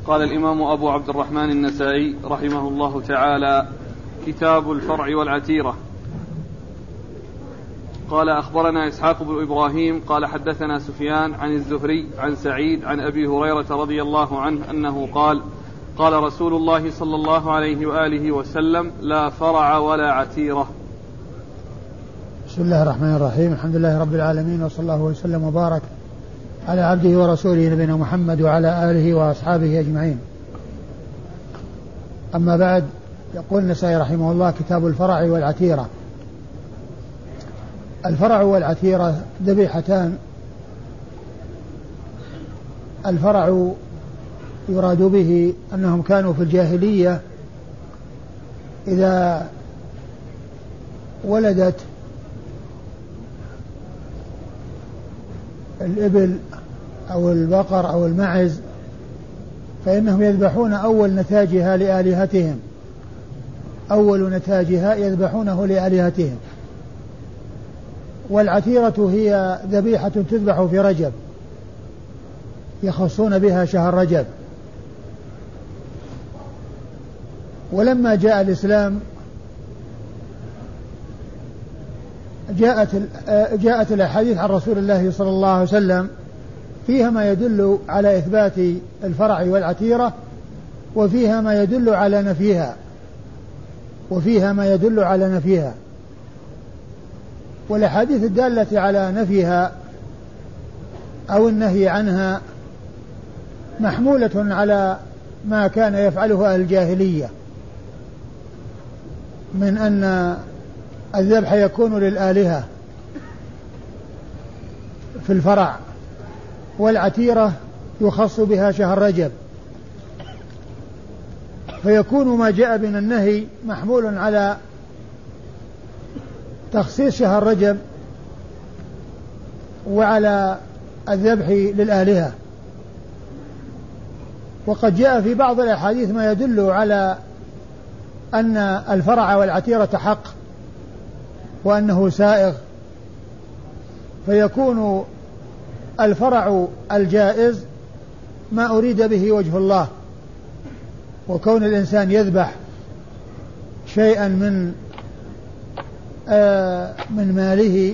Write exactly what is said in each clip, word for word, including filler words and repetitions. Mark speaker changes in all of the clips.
Speaker 1: قال الإمام أبو عبد الرحمن النسائي رحمه الله تعالى: كتاب الفرع والعتيرة. قال: أخبرنا إسحاق بن إبراهيم قال حدثنا سفيان عن الزهري عن سعيد عن أبي هريرة رضي الله عنه أنه قال: قال رسول الله صلى الله عليه وآله وسلم: لا فرع ولا عتيرة.
Speaker 2: بسم الله الرحمن الرحيم. الحمد لله رب العالمين، وصلى الله وسلم وبارك على عبده ورسوله نبينا محمد وعلى آله وأصحابه أجمعين. أما بعد، يقول النسائي رحمه الله: كتاب الفرع والعتيرة. الفرع والعتيرة ذبيحتان. الفرع يراد به أنهم كانوا في الجاهلية إذا ولدت الإبل أو البقر أو المعز فإنهم يذبحون أول نتاجها لآلهتهم، أول نتاجها يذبحونه لآلهتهم. والعتيرة هي ذبيحة تذبح في رجب، يخصون بها شهر رجب. ولما جاء الإسلام جاءت جاءت الأحاديث عن رسول الله صلى الله عليه وسلم فيها ما يدل على إثبات الفرع والعتيرة، وفيها ما يدل على نفيها وفيها ما يدل على نفيها والأحاديث الدالة على نفيها أو النهي عنها محمولة على ما كان يفعله أهل الجاهلية من أن الذبح يكون للآلهة في الفرع، والعتيرة يخص بها شهر رجب، فيكون ما جاء من النهي محمول على تخصيص شهر رجب وعلى الذبح للآلهة. وقد جاء في بعض الأحاديث ما يدل على أن الفرع والعتيرة حق وأنه سائغ، فيكون الفرع الجائز ما أريد به وجه الله، وكون الإنسان يذبح شيئا من آه من ماله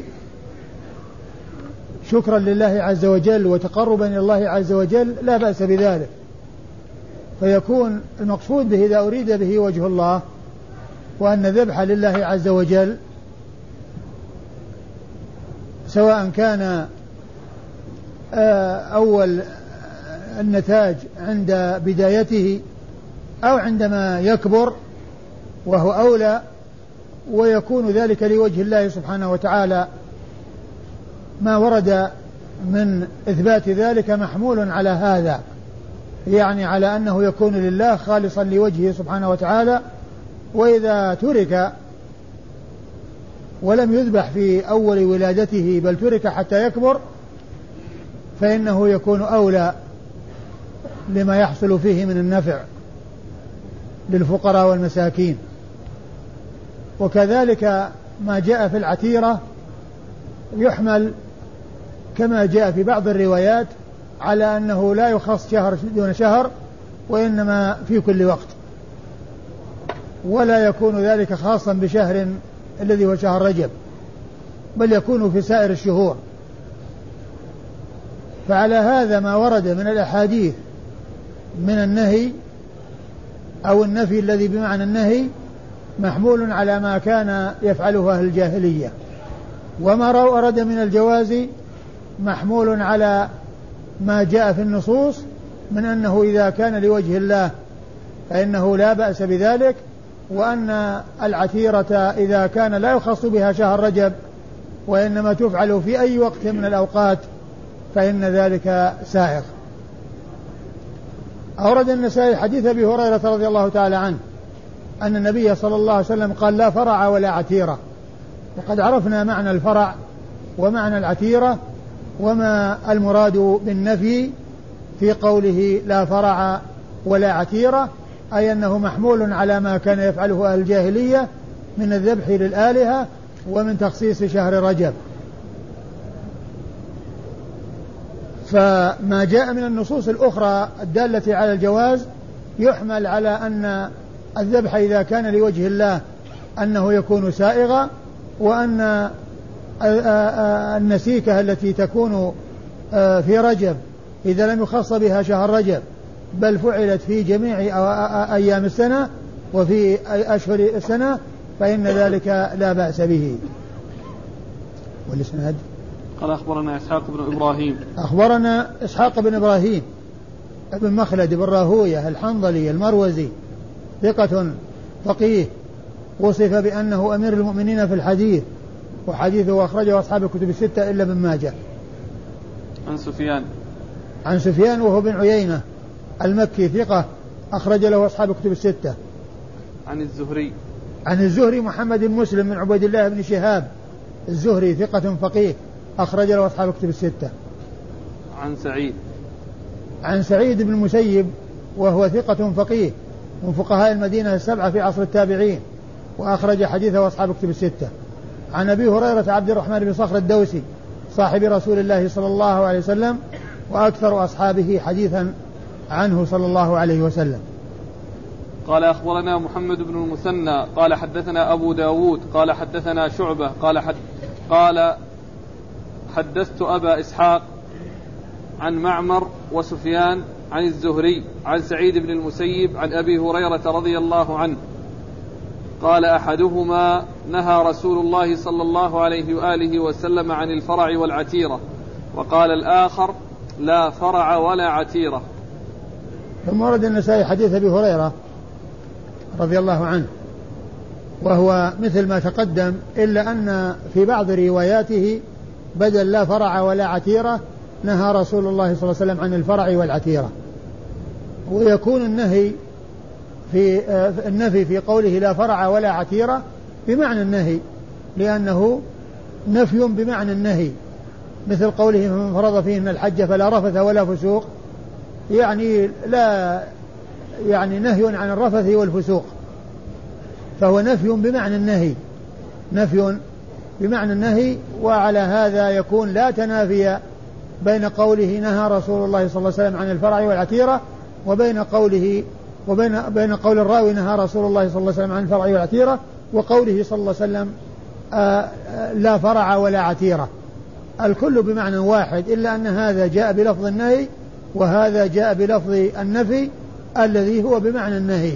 Speaker 2: شكرا لله عز وجل وتقربا إلى الله عز وجل لا بأس بذلك، فيكون المقصود به إذا أريد به وجه الله وأن ذبح لله عز وجل، سواء كان أول النتاج عند بدايته أو عندما يكبر وهو أولى، ويكون ذلك لوجه الله سبحانه وتعالى. ما ورد من إثبات ذلك محمول على هذا، يعني على أنه يكون لله خالصا لوجهه سبحانه وتعالى. وإذا ترك ولم يذبح في أول ولادته بل ترك حتى يكبر فإنه يكون أولى لما يحصل فيه من النفع للفقراء والمساكين. وكذلك ما جاء في العتيرة يحمل كما جاء في بعض الروايات على أنه لا يخص شهر دون شهر، وإنما في كل وقت، ولا يكون ذلك خاصا بشهر الذي هو شهر رجب، بل يكون في سائر الشهور. فعلى هذا ما ورد من الأحاديث من النهي أو النفي الذي بمعنى النهي محمول على ما كان يفعله أهل الجاهلية، وما ورد من الجواز محمول على ما جاء في النصوص من أنه إذا كان لوجه الله فإنه لا بأس بذلك، وأن العتيرة إذا كان لا يخص بها شهر رجب وإنما تفعل في أي وقت من الأوقات فإن ذلك سائغ. أورد النسائي حديث أبي هريرة رضي الله تعالى عنه أن النبي صلى الله عليه وسلم قال: لا فرع ولا عتيرة. وقد عرفنا معنى الفرع ومعنى العتيرة وما المراد بالنفي في قوله لا فرع ولا عتيرة، أي أنه محمول على ما كان يفعله أهل الجاهلية من الذبح للآلهة ومن تخصيص شهر رجب. فما جاء من النصوص الأخرى الدالة على الجواز يحمل على أن الذبح إذا كان لوجه الله أنه يكون سائغا، وأن النسيكة التي تكون في رجب إذا لم يخص بها شهر رجب بل فعلت في جميع أيام السنة وفي أشهر السنة فإن ذلك لا بأس به. والإسناد
Speaker 1: قال أخبرنا إسحاق بن إبراهيم
Speaker 2: أخبرنا إسحاق بن إبراهيم ابن مخلد بن راهوية الحنظلي المروزي ثقة فقيه وصف بأنه أمير المؤمنين في الحديث، وحديثه أخرجه أصحاب الكتب الستة إلا ابن ماجه.
Speaker 1: عن سفيان
Speaker 2: عن سفيان وهو بن عيينة المكي ثقة أخرج له أصحاب الكتب الستة.
Speaker 1: عن الزهري
Speaker 2: عن الزهري محمد بن مسلم من عبيد الله بن شهاب الزهري ثقة فقيه أخرج له أصحاب الكتب الستة.
Speaker 1: عن سعيد
Speaker 2: عن سعيد بن المسيب وهو ثقة فقيه من فقهاء المدينة السبعة في عصر التابعين وأخرج حديثه أصحاب الكتب الستة. عن أبي هريرة عبد الرحمن بن صخر الدوسي صاحب رسول الله صلى الله عليه وسلم وأكثر أصحابه حديثا عنه صلى الله عليه وسلم.
Speaker 1: قال أخبرنا محمد بن المثنى قال حدثنا أبو داود قال حدثنا شعبة قال, حد قال حدثت أبا إسحاق عن معمر وسفيان عن الزهري عن سعيد بن المسيب عن أبي هريرة رضي الله عنه قال أحدهما نهى رسول الله صلى الله عليه وآله وسلم عن الفرع والعتيرة، وقال الآخر لا فرع ولا عتيرة.
Speaker 2: ثم ورد النسائي حديث أبي هريرة رضي الله عنه وهو مثل ما تقدم إلا أن في بعض رواياته بدل لا فرع ولا عتيرة نهى رسول الله صلى الله عليه وسلم عن الفرع والعتيرة. ويكون النهي في النفي في قوله لا فرع ولا عتيرة بمعنى النهي، لأنه نفي بمعنى النهي، مثل قوله من فرض فيهن الحج فلا رفث ولا فسوق، يعني لا يعني نهي عن الرفث والفسوق، فهو نفي بمعنى النهي نفي بمعنى النهي. وعلى هذا يكون لا تنافي بين قوله نهى رسول الله صلى الله عليه وسلم عن الفرع والعتيرة وبين قوله وبين بين قول الراوي نهى رسول الله صلى الله عليه وسلم عن الفرع والعتيرة وقوله صلى الله عليه وسلم آآ آآ لا فرع ولا عتيرة، الكل بمعنى واحد، إلا أن هذا جاء بلفظ النهي وهذا جاء بلفظ النفي الذي هو بمعنى النهي.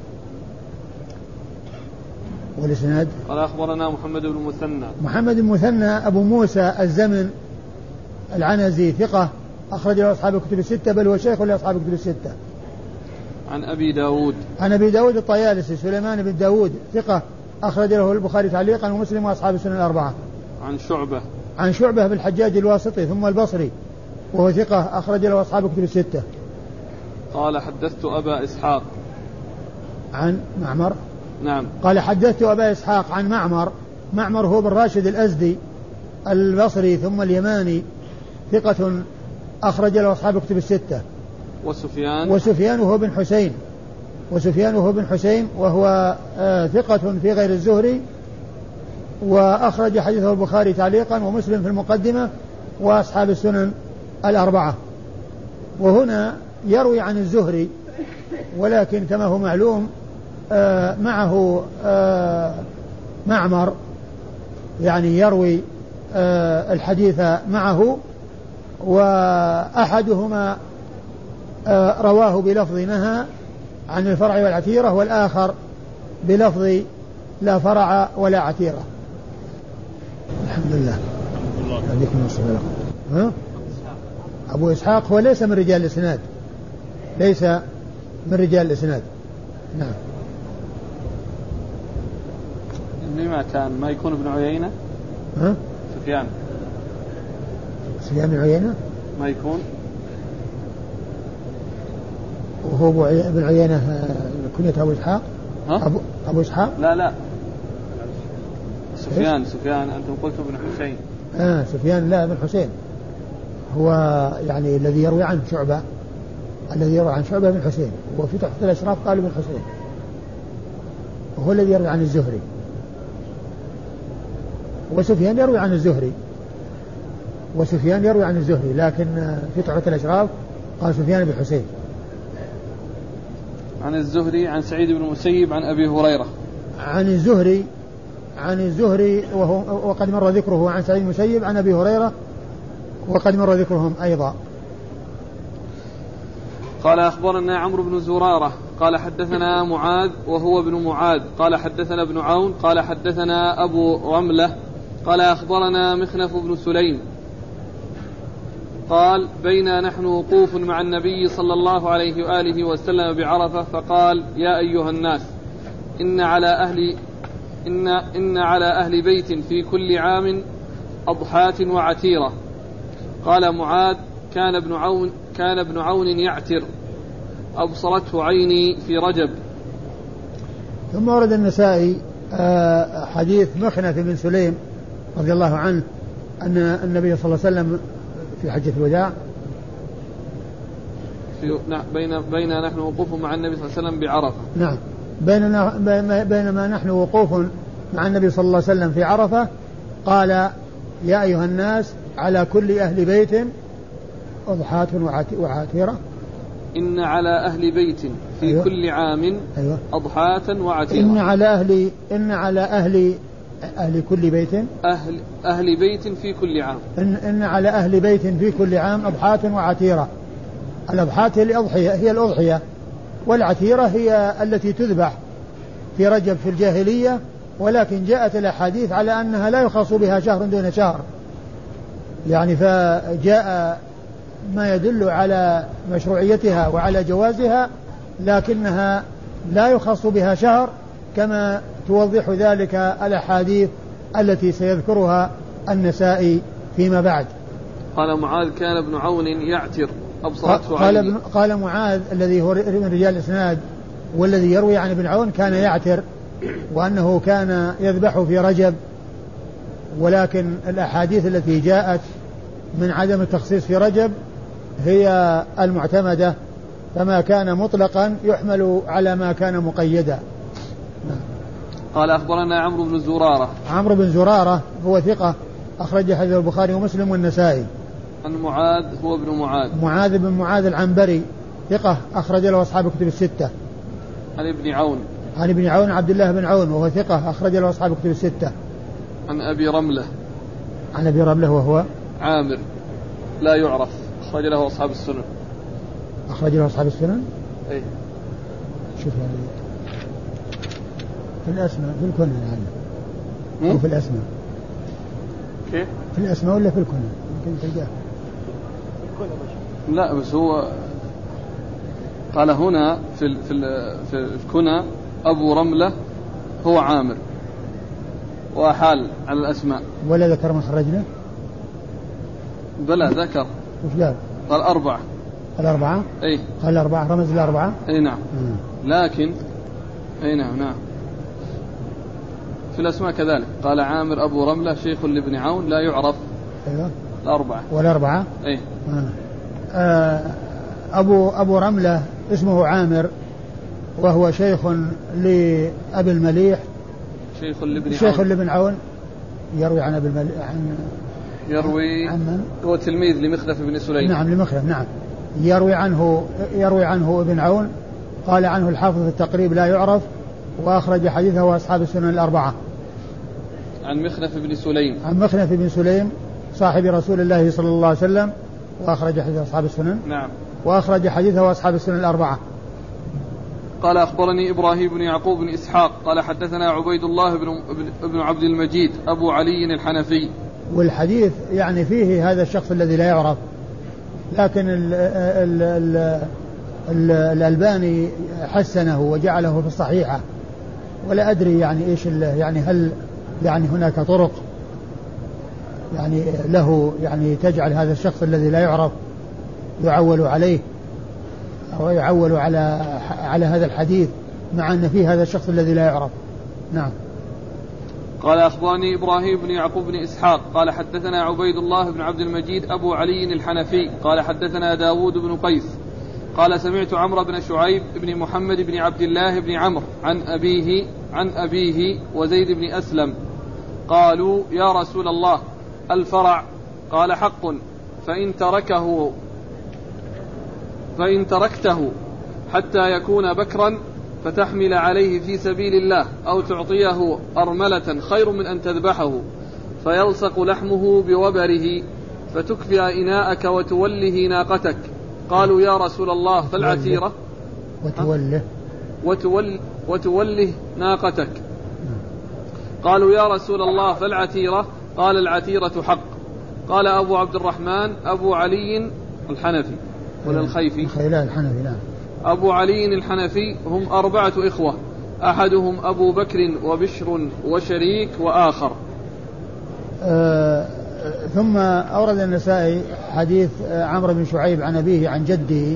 Speaker 2: والإسناد
Speaker 1: قال أخبرنا محمد بن المثنى
Speaker 2: محمد بن المثنى أبو موسى الزمن العنزي ثقة أخرج له أصحاب الكتب الستة بل هو شيخ لأصحاب الكتب الستة.
Speaker 1: عن أبي داود
Speaker 2: عن أبي داود الطيالسي سليمان بن داود ثقة أخرج له البخاري تعليقا ومسلم وأصحاب السنن الأربعة.
Speaker 1: عن شعبة
Speaker 2: عن شعبة بالحجاج الواسطي ثم البصري وهو ثقة أخرج له أصحاب الكتب الستة.
Speaker 1: قال حدثت أبا إسحاق
Speaker 2: عن معمر
Speaker 1: نعم
Speaker 2: قال حدثت أبا إسحاق عن معمر معمر هو بن راشد الأزدي البصري ثم اليماني ثقة أخرج له أصحاب الكتب الستة.
Speaker 1: وسفيان
Speaker 2: وسفيان وهو بن حسين وسفيان وهو بن حسين وهو آه ثقة في غير الزهري وأخرج حديثه البخاري تعليقا ومسلم في المقدمة وأصحاب السنن الأربعة. وهنا يروي عن الزهري ولكن كما هو معلوم آه معه آه معمر يعني يروي آه الحديث معه، وأحدهما آه رواه بلفظ نهى عن الفرع والعتيرة والآخر بلفظ لا فرع ولا عتيرة. الحمد لله. ها؟ أبو إسحاق هو ليس من رجال الإسناد ليس من رجال الإسناد. نعم.
Speaker 1: لما كان ما يكون ابن عيينة؟
Speaker 2: ها؟
Speaker 1: سفيان
Speaker 2: سفيان بن عيينة
Speaker 1: ما يكون
Speaker 2: وهو ابن عيينة كنية أبو إسحاق. أبو, أبو إسحاق
Speaker 1: لا لا سفيان سفيان أنتم قلتوا ابن حسين.
Speaker 2: آه سفيان لا ابن حسين هو يعني الذي يروي عن شعبة الذي يروي عن شعبة بن حسين وفي تحت الأشراف قال ابن حسين وهو الذي يروي عن الزهري، وسفيان يروي عن الزهري وسفيان يروي عن الزهري، لكن في تحفة الأشراف قال سفيان بن حسين.
Speaker 1: عن الزهري عن سعيد بن المسيب عن أبي هريرة.
Speaker 2: عن الزهري عن الزهري وهو وقد مر ذكره عن سعيد بن المسيب عن أبي هريرة وقد مر ذكرهم أيضا.
Speaker 1: قال أخبرنا عمرو بن زرارة قال حدثنا معاذ وهو ابن معاذ قال حدثنا ابن عون قال حدثنا أبو رملة قال أخبرنا مخنف بن سليم قال بينا نحن وقوف مع النبي صلى الله عليه وآله وسلم بعرفة فقال يا أيها الناس إن على أهل إن, إن على أهل بيت في كل عام أضحاة وعتيرة. قال معاذ كان ابن عون كان ابن عون يعتر أبصرته عيني في رجب.
Speaker 2: ثم ورد النسائي حديث مخنف بن سليم رضي الله عنه أن النبي صلى الله عليه وسلم في حجة الوداع
Speaker 1: في بين بين نحن وقوف مع النبي صلى الله عليه وسلم بعرفة.
Speaker 2: نعم بيننا بينما نحن وقوف مع النبي صلى الله عليه وسلم في عرفة قال يا أيها الناس على كل أهل بيت أضحاة وعاتيرة.
Speaker 1: إن على أهل بيت في أيوة. كل عام أيوة. أضحاة وعتيرة.
Speaker 2: إن على أهل إن على أهل أهل كل بيت
Speaker 1: أهل أهل بيت في كل عام
Speaker 2: إن, إن على أهل بيت في كل عام أضحاة وعتيرة. الأضحاة هي الأضحية هي الأضحية والعتيرة هي التي تذبح في رجب في الجاهلية، ولكن جاءت الأحاديث على أنها لا يخص بها شهر دون شهر، يعني فجاء ما يدل على مشروعيتها وعلى جوازها، لكنها لا يخص بها شهر كما توضح ذلك الأحاديث التي سيذكرها النسائي فيما بعد.
Speaker 1: قال معاذ كان ابن عون يعتر أبصرته
Speaker 2: قال,
Speaker 1: عيني.
Speaker 2: قال معاذ الذي هو من رجال الإسناد والذي يروي عن ابن عون كان يعتر وأنه كان يذبح في رجب، ولكن الأحاديث التي جاءت من عدم التخصيص في رجب هي المعتمدة، فما كان مطلقا يحمل على ما كان مقيدا.
Speaker 1: قال أخبرنا عمرو بن زرارة.
Speaker 2: عمرو بن زرارة هو ثقة أخرج حديث البخاري ومسلم والنسائي.
Speaker 1: عن معاذ هو ابن معاذ.
Speaker 2: معاذ بن معاذ العنبري ثقة أخرج له أصحاب الكتب الستة.
Speaker 1: عن ابن عون.
Speaker 2: عن ابن عون عبد الله بن عون وهو ثقة أخرج له أصحاب الكتب الستة.
Speaker 1: عن أبي رملة.
Speaker 2: عن أبي رملة وهو
Speaker 1: عامر لا يعرف أخرج له أصحاب السنن.
Speaker 2: أخرج له أصحاب السنن.
Speaker 1: أي
Speaker 2: شوف يعني في الأسماء في الكنى يعني أو في الأسماء.
Speaker 1: كيف؟
Speaker 2: في الأسماء ولا في الكنى؟ يمكن تلقاه.
Speaker 1: لا بس هو قال هنا في في في الكنى أبو رملة هو عامر وحال على الأسماء.
Speaker 2: ولا ذكر من خرجنا؟
Speaker 1: بلى ذكر.
Speaker 2: وش قال؟
Speaker 1: قال أربعة.
Speaker 2: الأربعة؟
Speaker 1: أي
Speaker 2: قال الأربعة رمز الأربعة؟
Speaker 1: أي نعم.
Speaker 2: مم.
Speaker 1: لكن أي نعم نعم في الأسماء كذلك قال عامر أبو رملة شيخ لابن عون لا يعرف.
Speaker 2: أيوة.
Speaker 1: الأربعة.
Speaker 2: والأربعة؟
Speaker 1: أي
Speaker 2: آه. آه أبو أبو رملة اسمه عامر وهو شيخ لأبي المليح
Speaker 1: شيخ لابن عون.
Speaker 2: شيخ لابن عون يروي عن أبي المليح عن
Speaker 1: يروي
Speaker 2: عن من؟
Speaker 1: هو تلميذ لمخلف بن سليم.
Speaker 2: نعم لمخلف نعم يروي عنه يروي عنه ابن عون. قال عنه الحافظ في التقريب لا يعرف وأخرج حديثه وأصحاب السنن الأربعة.
Speaker 1: عن مخنف بن سليم.
Speaker 2: عن مخنف بن سليم صاحب رسول الله صلى الله عليه وسلم وأخرج حديث أصحاب السنن.
Speaker 1: نعم.
Speaker 2: وأخرج حديثه وأصحاب السنن الأربعة.
Speaker 1: قال أخبرني إبراهيم بن يعقوب بن إسحاق قال حدثنا عبيد الله بن ابن عبد المجيد أبو علي الحنفي.
Speaker 2: والحديث يعني فيه هذا الشخص الذي لا يعرف، لكن ال ال ال ال الألباني حسنه وجعله في الصحيحة، ولا أدري يعني إيش يعني هل يعني هناك طرق يعني له يعني تجعل هذا الشخص الذي لا يعرف يعول عليه أو يعول على على هذا الحديث مع أن فيه هذا الشخص الذي لا يعرف. نعم.
Speaker 1: قال أخبرني إبراهيم بن يعقوب بن إسحاق قال حدثنا عبيد الله بن عبد المجيد أبو علي الحنفي قال حدثنا داود بن قيس قال سمعت عمرو بن شعيب بن محمد بن عبد الله بن عمرو عن أبيه عن أبيه وزيد بن أسلم قالوا يا رسول الله الفرع قال حق فإن تركه فإن تركته حتى يكون بكرا فتحمل عليه في سبيل الله أو تعطيه أرملة خير من أن تذبحه فيلصق لحمه بوبره فتكفئ إناءك وتوله ناقتك. قالوا يا رسول الله فالعتيرة
Speaker 2: وتوله
Speaker 1: وتول وتوله ناقتك. قالوا يا رسول الله فالعتيرة قال العتيرة حق. قال أبو عبد الرحمن أبو علي الحنفي ولا الخيفي
Speaker 2: لا الحنفي لا
Speaker 1: أبو علي الحنفي هم أربعة إخوة أحدهم أبو بكر وبشر وشريك وآخر.
Speaker 2: آه ثم أورد النسائي حديث عمرو بن شعيب عن أبيه عن جده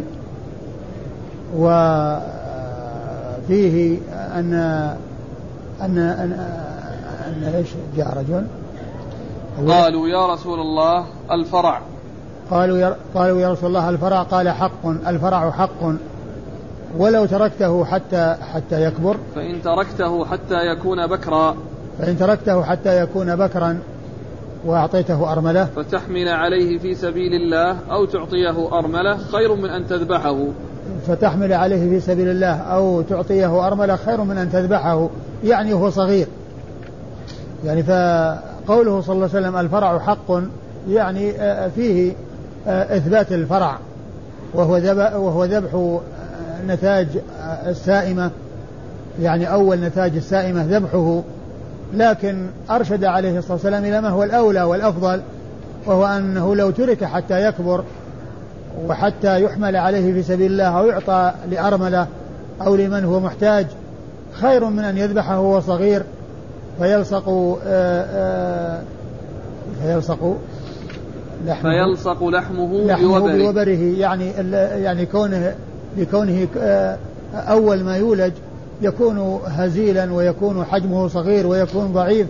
Speaker 2: وفيه أن أن أن, أن إيش جاء رجل
Speaker 1: قالوا يا رسول الله الفرع
Speaker 2: قالوا يا قالوا يا رسول الله الفرع قال حق الفرع حق ولو تركته حتى حتى يكبر
Speaker 1: فإن تركته حتى يكون بكرا
Speaker 2: فإن تركته حتى يكون بكرا وأعطيته أرملة
Speaker 1: فتحمل عليه في سبيل الله أو تعطيه أرملة خير من أن تذبحه
Speaker 2: فتحمل عليه في سبيل الله أو تعطيه أرملة خير من أن تذبحه يعني هو صغير. يعني فقوله صلى الله عليه وسلم الفرع حق يعني فيه إثبات الفرع وهو ذبح وهو ذبح نتاج السائمة يعني أول نتاج السائمة ذبحه. لكن أرشد عليه الصلاة والسلام إلى ما هو الأولى والأفضل وهو أنه لو ترك حتى يكبر وحتى يحمل عليه في سبيل الله أو يعطى لأرملة أو لمن هو محتاج خير من أن يذبحه وهو صغير فيلصق آآ آآ فيلصق
Speaker 1: لحمه, فيلصق لحمه,
Speaker 2: لحمه بوبره, بوبره يعني يعني كونه لكونه أول ما يولد يكون هزيلا ويكون حجمه صغير ويكون ضعيف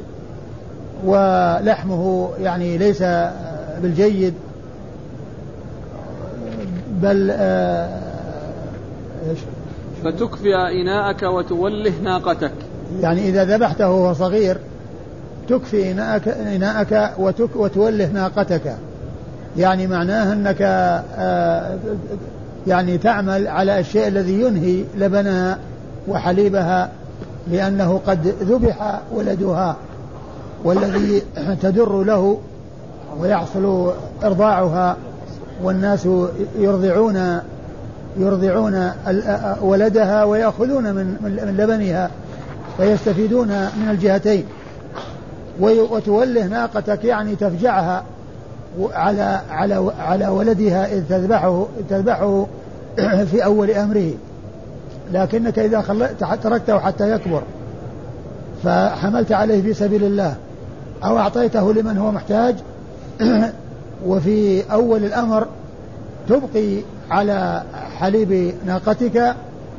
Speaker 2: ولحمه يعني ليس بالجيد بل
Speaker 1: إيش فتكفئ إناءك وتوله ناقتك
Speaker 2: يعني إذا ذبحته وهو صغير تكفي إناءك, إناءك وتك وتوله ناقتك يعني معناه أنك يعني تعمل على الشيء الذي ينهي لبنها وحليبها لأنه قد ذبح ولدها والذي تدر له ويحصل إرضاعها والناس يرضعون يرضعون ولدها ويأخذون من لبنها فيستفيدون من الجهتين. وتوله ناقتك يعني تفجعها على على على ولدها إذ تذبحه تذبحه في أول أمره. لكنك إذا تركته حتى يكبر فحملت عليه في سبيل الله أو أعطيته لمن هو محتاج وفي أول الأمر تبقي على حليب ناقتك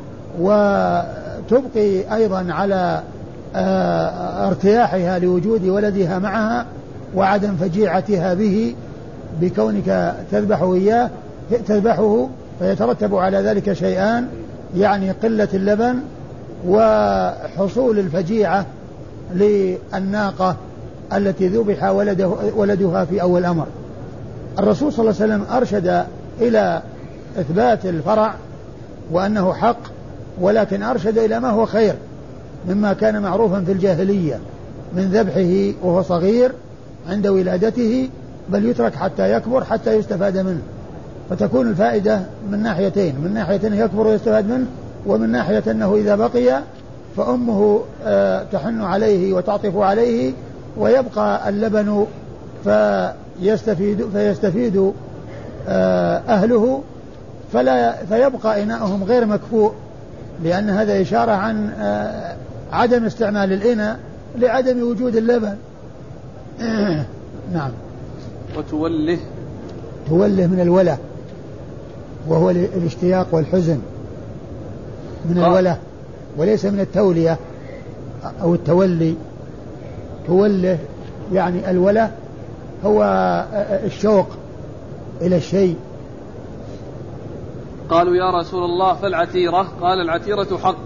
Speaker 2: وتبقي أيضا على ارتياحها لوجود ولدها معها وعدم فجيعتها به بكونك تذبحه إياه تذبحه فيترتب على ذلك شيئان يعني قلة اللبن وحصول الفجيعة للناقة التي ذبح ولده ولدها في أول أمر. الرسول صلى الله عليه وسلم أرشد إلى إثبات الفرع وأنه حق ولكن أرشد إلى ما هو خير مما كان معروفا في الجاهلية من ذبحه وهو صغير عند ولادته بل يترك حتى يكبر حتى يستفاد منه فتكون الفائدة من ناحيتين من ناحية أنه يكبر ويستفاد منه ومن ناحية أنه إذا بقي فأمه تحن عليه وتعطف عليه ويبقى اللبن فيستفيد, فيستفيد أهله فلا فيبقى إناؤهم غير مكفوء لأن هذا إشارة عن عدم استعمال الإناء لعدم وجود اللبن. نعم.
Speaker 1: وتوله
Speaker 2: توله من الوله وهو الاشتياق والحزن من الوله وليس من التولية أو التولي. توله يعني الوله هو الشوق إلى الشيء.
Speaker 1: قالوا يا رسول الله فالعتيرة قال العتيرة حق.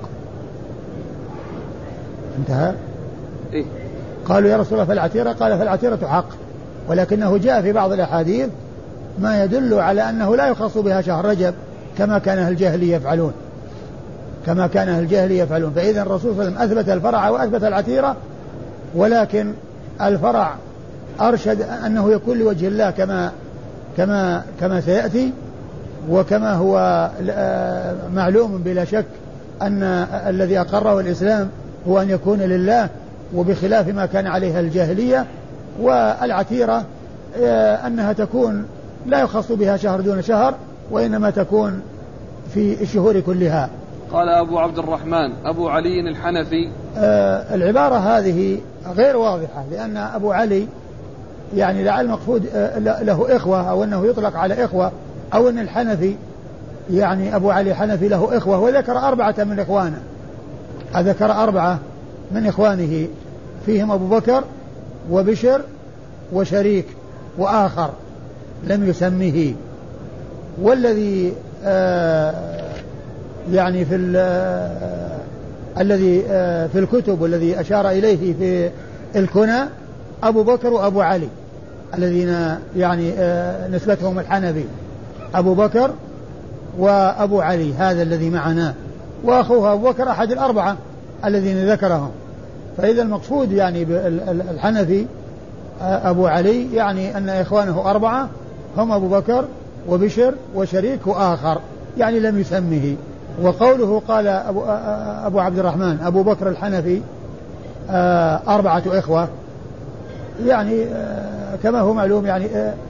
Speaker 2: انتهى.
Speaker 1: إيه؟
Speaker 2: قالوا يا رسول الله فالعتيرة قال فالعتيرة حق ولكنه جاء في بعض الأحاديث ما يدل على أنه لا يخص بها شهر رجب كما كان أهل الجاهلية يفعلون كما كان أهل الجاهلية يفعلون. فإذا الرسول صلى الله عليه وسلم أثبت الفرع وأثبت العتيرة، ولكن الفرع أرشد أنه يكون لوجه الله كما كما كما سيأتي، وكما هو معلوم بلا شك أن الذي أقره الإسلام هو أن يكون لله وبخلاف ما كان عليها الجاهلية. والعتيرة أنها تكون لا يخص بها شهر دون شهر، وإنما تكون في الشهور كلها.
Speaker 1: قال أبو عبد الرحمن أبو علي الحنفي.
Speaker 2: آه العبارة هذه غير واضحة، لأن أبو علي يعني لعل المقصود آه له إخوة، أو أنه يطلق على إخوة، أو أن الحنفي يعني أبو علي الحنفي له إخوة، وذكر أربعة من إخوانه، ذكر أربعة من إخوانه فيهم أبو بكر وبشر وشريك وآخر لم يسميه. والذي آه يعني في آه الذي آه في الكتب والذي أشار إليه في الكنى أبو بكر وأبو علي الذين يعني آه نسبتهم الحنفي، أبو بكر وأبو علي هذا الذي معنا، وأخوه أبو بكر أحد الأربعة الذين ذكرهم. فإذا المقصود يعني الحنفي أبو علي يعني أن إخوانه أربعة هم أبو بكر وبشر وشريك وآخر، يعني لم يسمه. وقوله قال أبو, أبو عبد الرحمن أبو بكر الحنفي أربعة إخوة، يعني كما هو معلوم يعني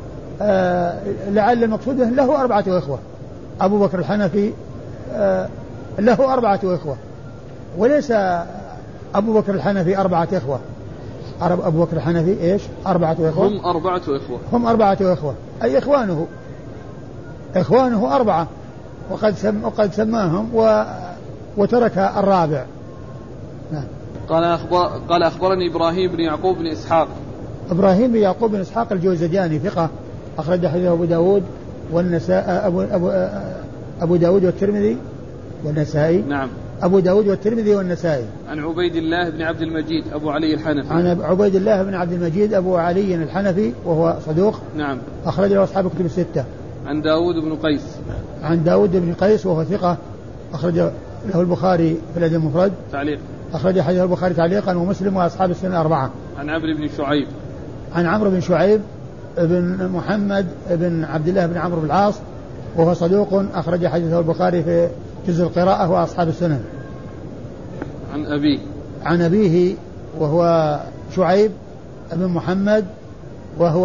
Speaker 2: لعل المقصود له أربعة إخوة. أبو بكر الحنفي له أربعة إخوة، وليس أبو بكر الحنفي أربعة إخوة. أبو بكر الحنفي إيش؟ أربعة إخوة.
Speaker 1: هم أربعة إخوة.
Speaker 2: هم أربعة إخوة، أي إخوانه إخوانه أربعة، وقد سم وقد سماهم و وترك الرابع.
Speaker 1: نعم. قال أخبر قال أخبرني إبراهيم بن يعقوب بن إسحاق.
Speaker 2: إبراهيم بن يعقوب بن إسحاق الجوزجاني ثقة، أخرج حديثه أبو داود والنساء أبو أبو أبو داود والترمذي والنسائي.
Speaker 1: نعم.
Speaker 2: أبو داود والترمذي والنسائي.
Speaker 1: عن عبيد الله بن عبد المجيد أبو علي الحنفي.
Speaker 2: عن عبيد الله بن عبد المجيد أبو علي الحنفي وهو صدوق.
Speaker 1: نعم.
Speaker 2: أخرج له أصحاب الكتب الستة.
Speaker 1: عن داود بن قيس.
Speaker 2: عن داود بن قيس وهو ثقة، أخرج له البخاري في الأدب المفرد
Speaker 1: تعليق.
Speaker 2: أخرج حديث البخاري تعليقا ومسلم وأصحاب السنة الأربعة.
Speaker 1: عن عمرو بن شعيب.
Speaker 2: عن عمرو بن شعيب بن محمد بن عبد الله بن عمرو بن العاص وهو صدوق، أخرج حديثه البخاري في جزء القراءة وأصحاب السنن.
Speaker 1: عن أبيه.
Speaker 2: عن أبيه وهو شعيب بن محمد وهو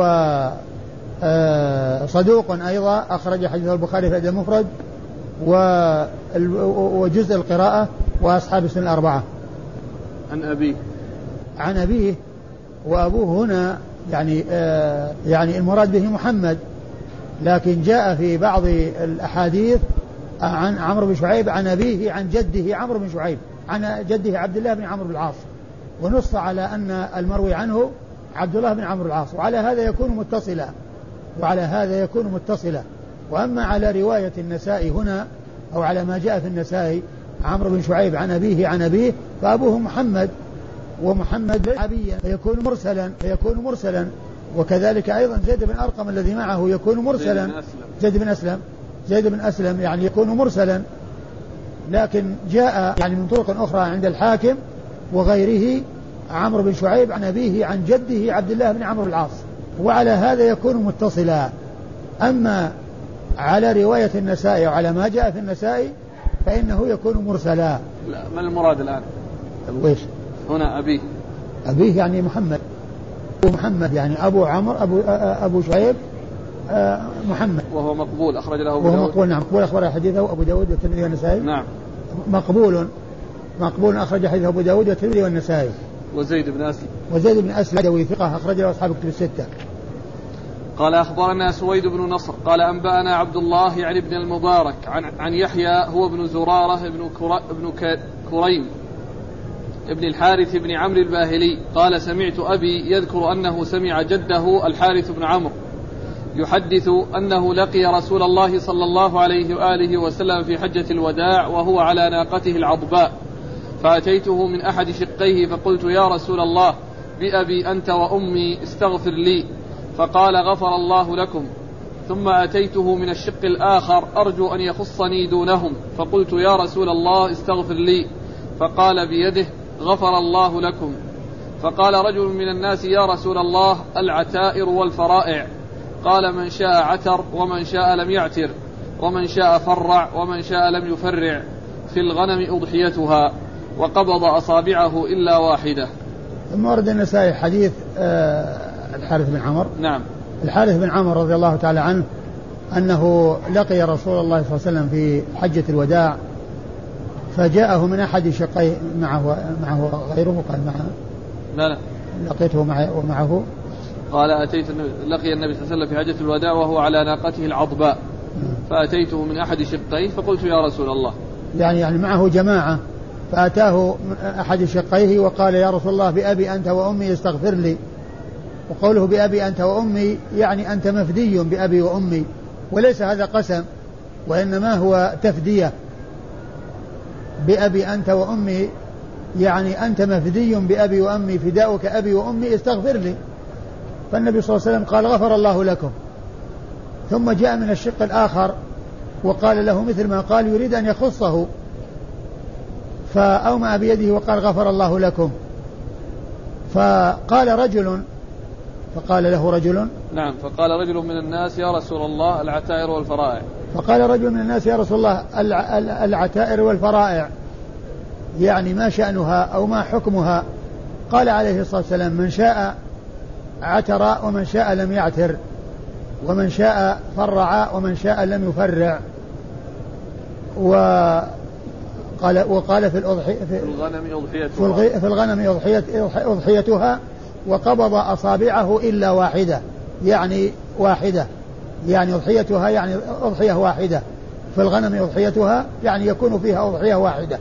Speaker 2: آه صدوق أيضا، أخرج حديثه البخاري في الأدب المفرد وجزء القراءة وأصحاب السنن الأربعة.
Speaker 1: عن أبيه.
Speaker 2: عن أبيه، وأبوه هنا يعني آه يعني المراد به محمد، لكن جاء في بعض الأحاديث عن عمرو بن شعيب عن أبيه عن جده عمرو بن شعيب عن جده عبد الله بن عمرو بن العاص، ونص على أن المروي عنه عبد الله بن عمرو بن العاص، وعلى هذا يكون متصلا وعلى هذا يكون متصلا. وأما على رواية النسائي هنا أو على ما جاء في النسائي عمرو بن شعيب عن أبيه عن أبيه، فأبوه محمد، ومحمد عبيا فيكون مرسلا فيكون مرسلا وكذلك أيضا زيد بن أرقم الذي معه يكون مرسلا. زيد بن أسلم زيد بن أسلم يعني يكون مرسلا، لكن جاء يعني من طرق أخرى عند الحاكم وغيره عمرو بن شعيب عن أبيه عن جده عبد الله بن عمرو العاص، وعلى هذا يكون متصلا. أما على رواية النسائي وعلى ما جاء في النسائي فإنه يكون مرسلا.
Speaker 1: لا، ما المراد الآن؟
Speaker 2: ويش
Speaker 1: هنا أبيه
Speaker 2: أبيه يعني محمد، محمد يعني أبو عمرو أبو أبو شعيب محمد،
Speaker 1: وهو مقبول، أخرج له أبو
Speaker 2: وهو
Speaker 1: داود.
Speaker 2: مقبول، نعم، مقبول، أخرج حديثه أبو داود والترمذي والنسائي.
Speaker 1: نعم.
Speaker 2: مقبول مقبول أخرج حديثه أبو داود والترمذي والنسائي.
Speaker 1: وزيد بن أسلم
Speaker 2: وزيد بن أسلم دوي ثقة، أخرج له أصحاب الكتب الستة.
Speaker 1: قال أخبرنا سويد بن نصر قال أنبأنا عبد الله يعني ابن المبارك عن عن يحيى هو ابن زرارة ابن كر ابن كريم ابن الحارث بن عمرو الباهلي قال سمعت أبي يذكر أنه سمع جده الحارث بن عمرو يحدث أنه لقي رسول الله صلى الله عليه وآله وسلم في حجة الوداع وهو على ناقته العضباء، فأتيته من أحد شقيه فقلت يا رسول الله بأبي أنت وأمي استغفر لي، فقال غفر الله لكم. ثم أتيته من الشق الآخر أرجو أن يخصني دونهم، فقلت يا رسول الله استغفر لي، فقال بيده غفر الله لكم. فقال رجل من الناس يا رسول الله العتائر والفرائع، قال من شاء عتر ومن شاء لم يعتر ومن شاء فرع ومن شاء لم يفرع، في الغنم أضحيتها، وقبض أصابعه إلا واحدة.
Speaker 2: ثم ورد النسائي حديث آه الحارث بن عمر.
Speaker 1: نعم.
Speaker 2: الحارث بن عمر رضي الله تعالى عنه أنه لقي رسول الله صلى الله عليه وسلم في حجة الوداع، فجاءه من أحد شقيه معه معه غيره، قال معه
Speaker 1: لا لا
Speaker 2: لقيته معه ومعه
Speaker 1: قال أتيت لقي النبي صلى الله عليه وسلم في حجة الوداع وهو على ناقته العضباء، فأتيته من أحد شقيه فقلت يا رسول الله،
Speaker 2: يعني يعني معه جماعة، فأتاه أحد شقيه وقال يا رسول الله بأبي أنت وأمي استغفر لي. وقوله بأبي أنت وأمي يعني أنت مفدي بأبي وأمي، وليس هذا قسم وإنما هو تفدية. بأبي أنت وأمي يعني أنت مفدي بأبي وأمي، فداؤك أبي وأمي استغفر لي. فالنبي صلى الله عليه وسلم قال غفر الله لكم. ثم جاء من الشق الآخر وقال له مثل ما قال، يريد أن يخصه، فأومأ بيده وقال غفر الله لكم. فقال رجل فقال له رجل
Speaker 1: نعم فقال رجل من الناس يا رسول الله العتائر والفرائع.
Speaker 2: فقال رجل من الناس يا رسول الله العتائر والفرائع يعني ما شأنها أو ما حكمها؟ قال عليه الصلاة والسلام من شاء عتر ومن شاء لم يعتر ومن شاء فرع ومن شاء لم يفرع. وقال وقال في الأضحية في
Speaker 1: الغنم أضحيتها
Speaker 2: في الغنم أضحيتها وقبض أصابعه إلا واحدة، يعني واحدة يعني أضحيتها يعني أضحية واحدة، في الغنم أضحيتها يعني يكون فيها أضحية واحدة.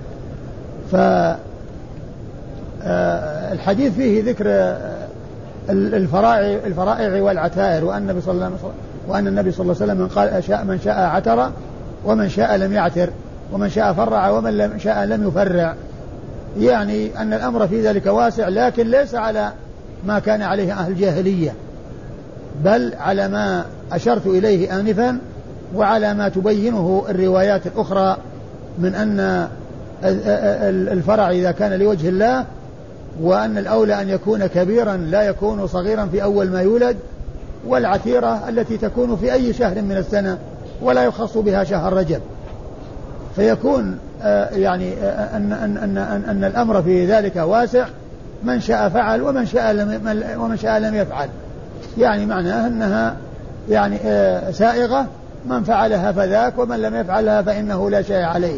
Speaker 2: فالحديث فيه ذكر الفرائع الفرائع والعتائر، وأن النبي صلى الله عليه وسلم وأن النبي صلى الله عليه وسلم قال شاء من شاء عتر ومن شاء لم يعتر ومن شاء فرع ومن لم شاء لم يفرع، يعني أن الأمر في ذلك واسع، لكن ليس على ما كان عليه أهل الجاهلية، بل على ما أشرت إليه آنفا وعلى ما تبينه الروايات الأخرى من أن الفرع إذا كان لوجه الله، وأن الأولى أن يكون كبيرا لا يكون صغيرا في أول ما يولد، والعتيرة التي تكون في أي شهر من السنة ولا يخص بها شهر رجب. فيكون يعني أن, أن, أن, أن, أن الأمر في ذلك واسع، من شاء فعل ومن شاء لم, ومن شاء لم يفعل، يعني معناه أنها يعني سائغة، من فعلها فذاك ومن لم يفعلها فإنه لا شيء عليه.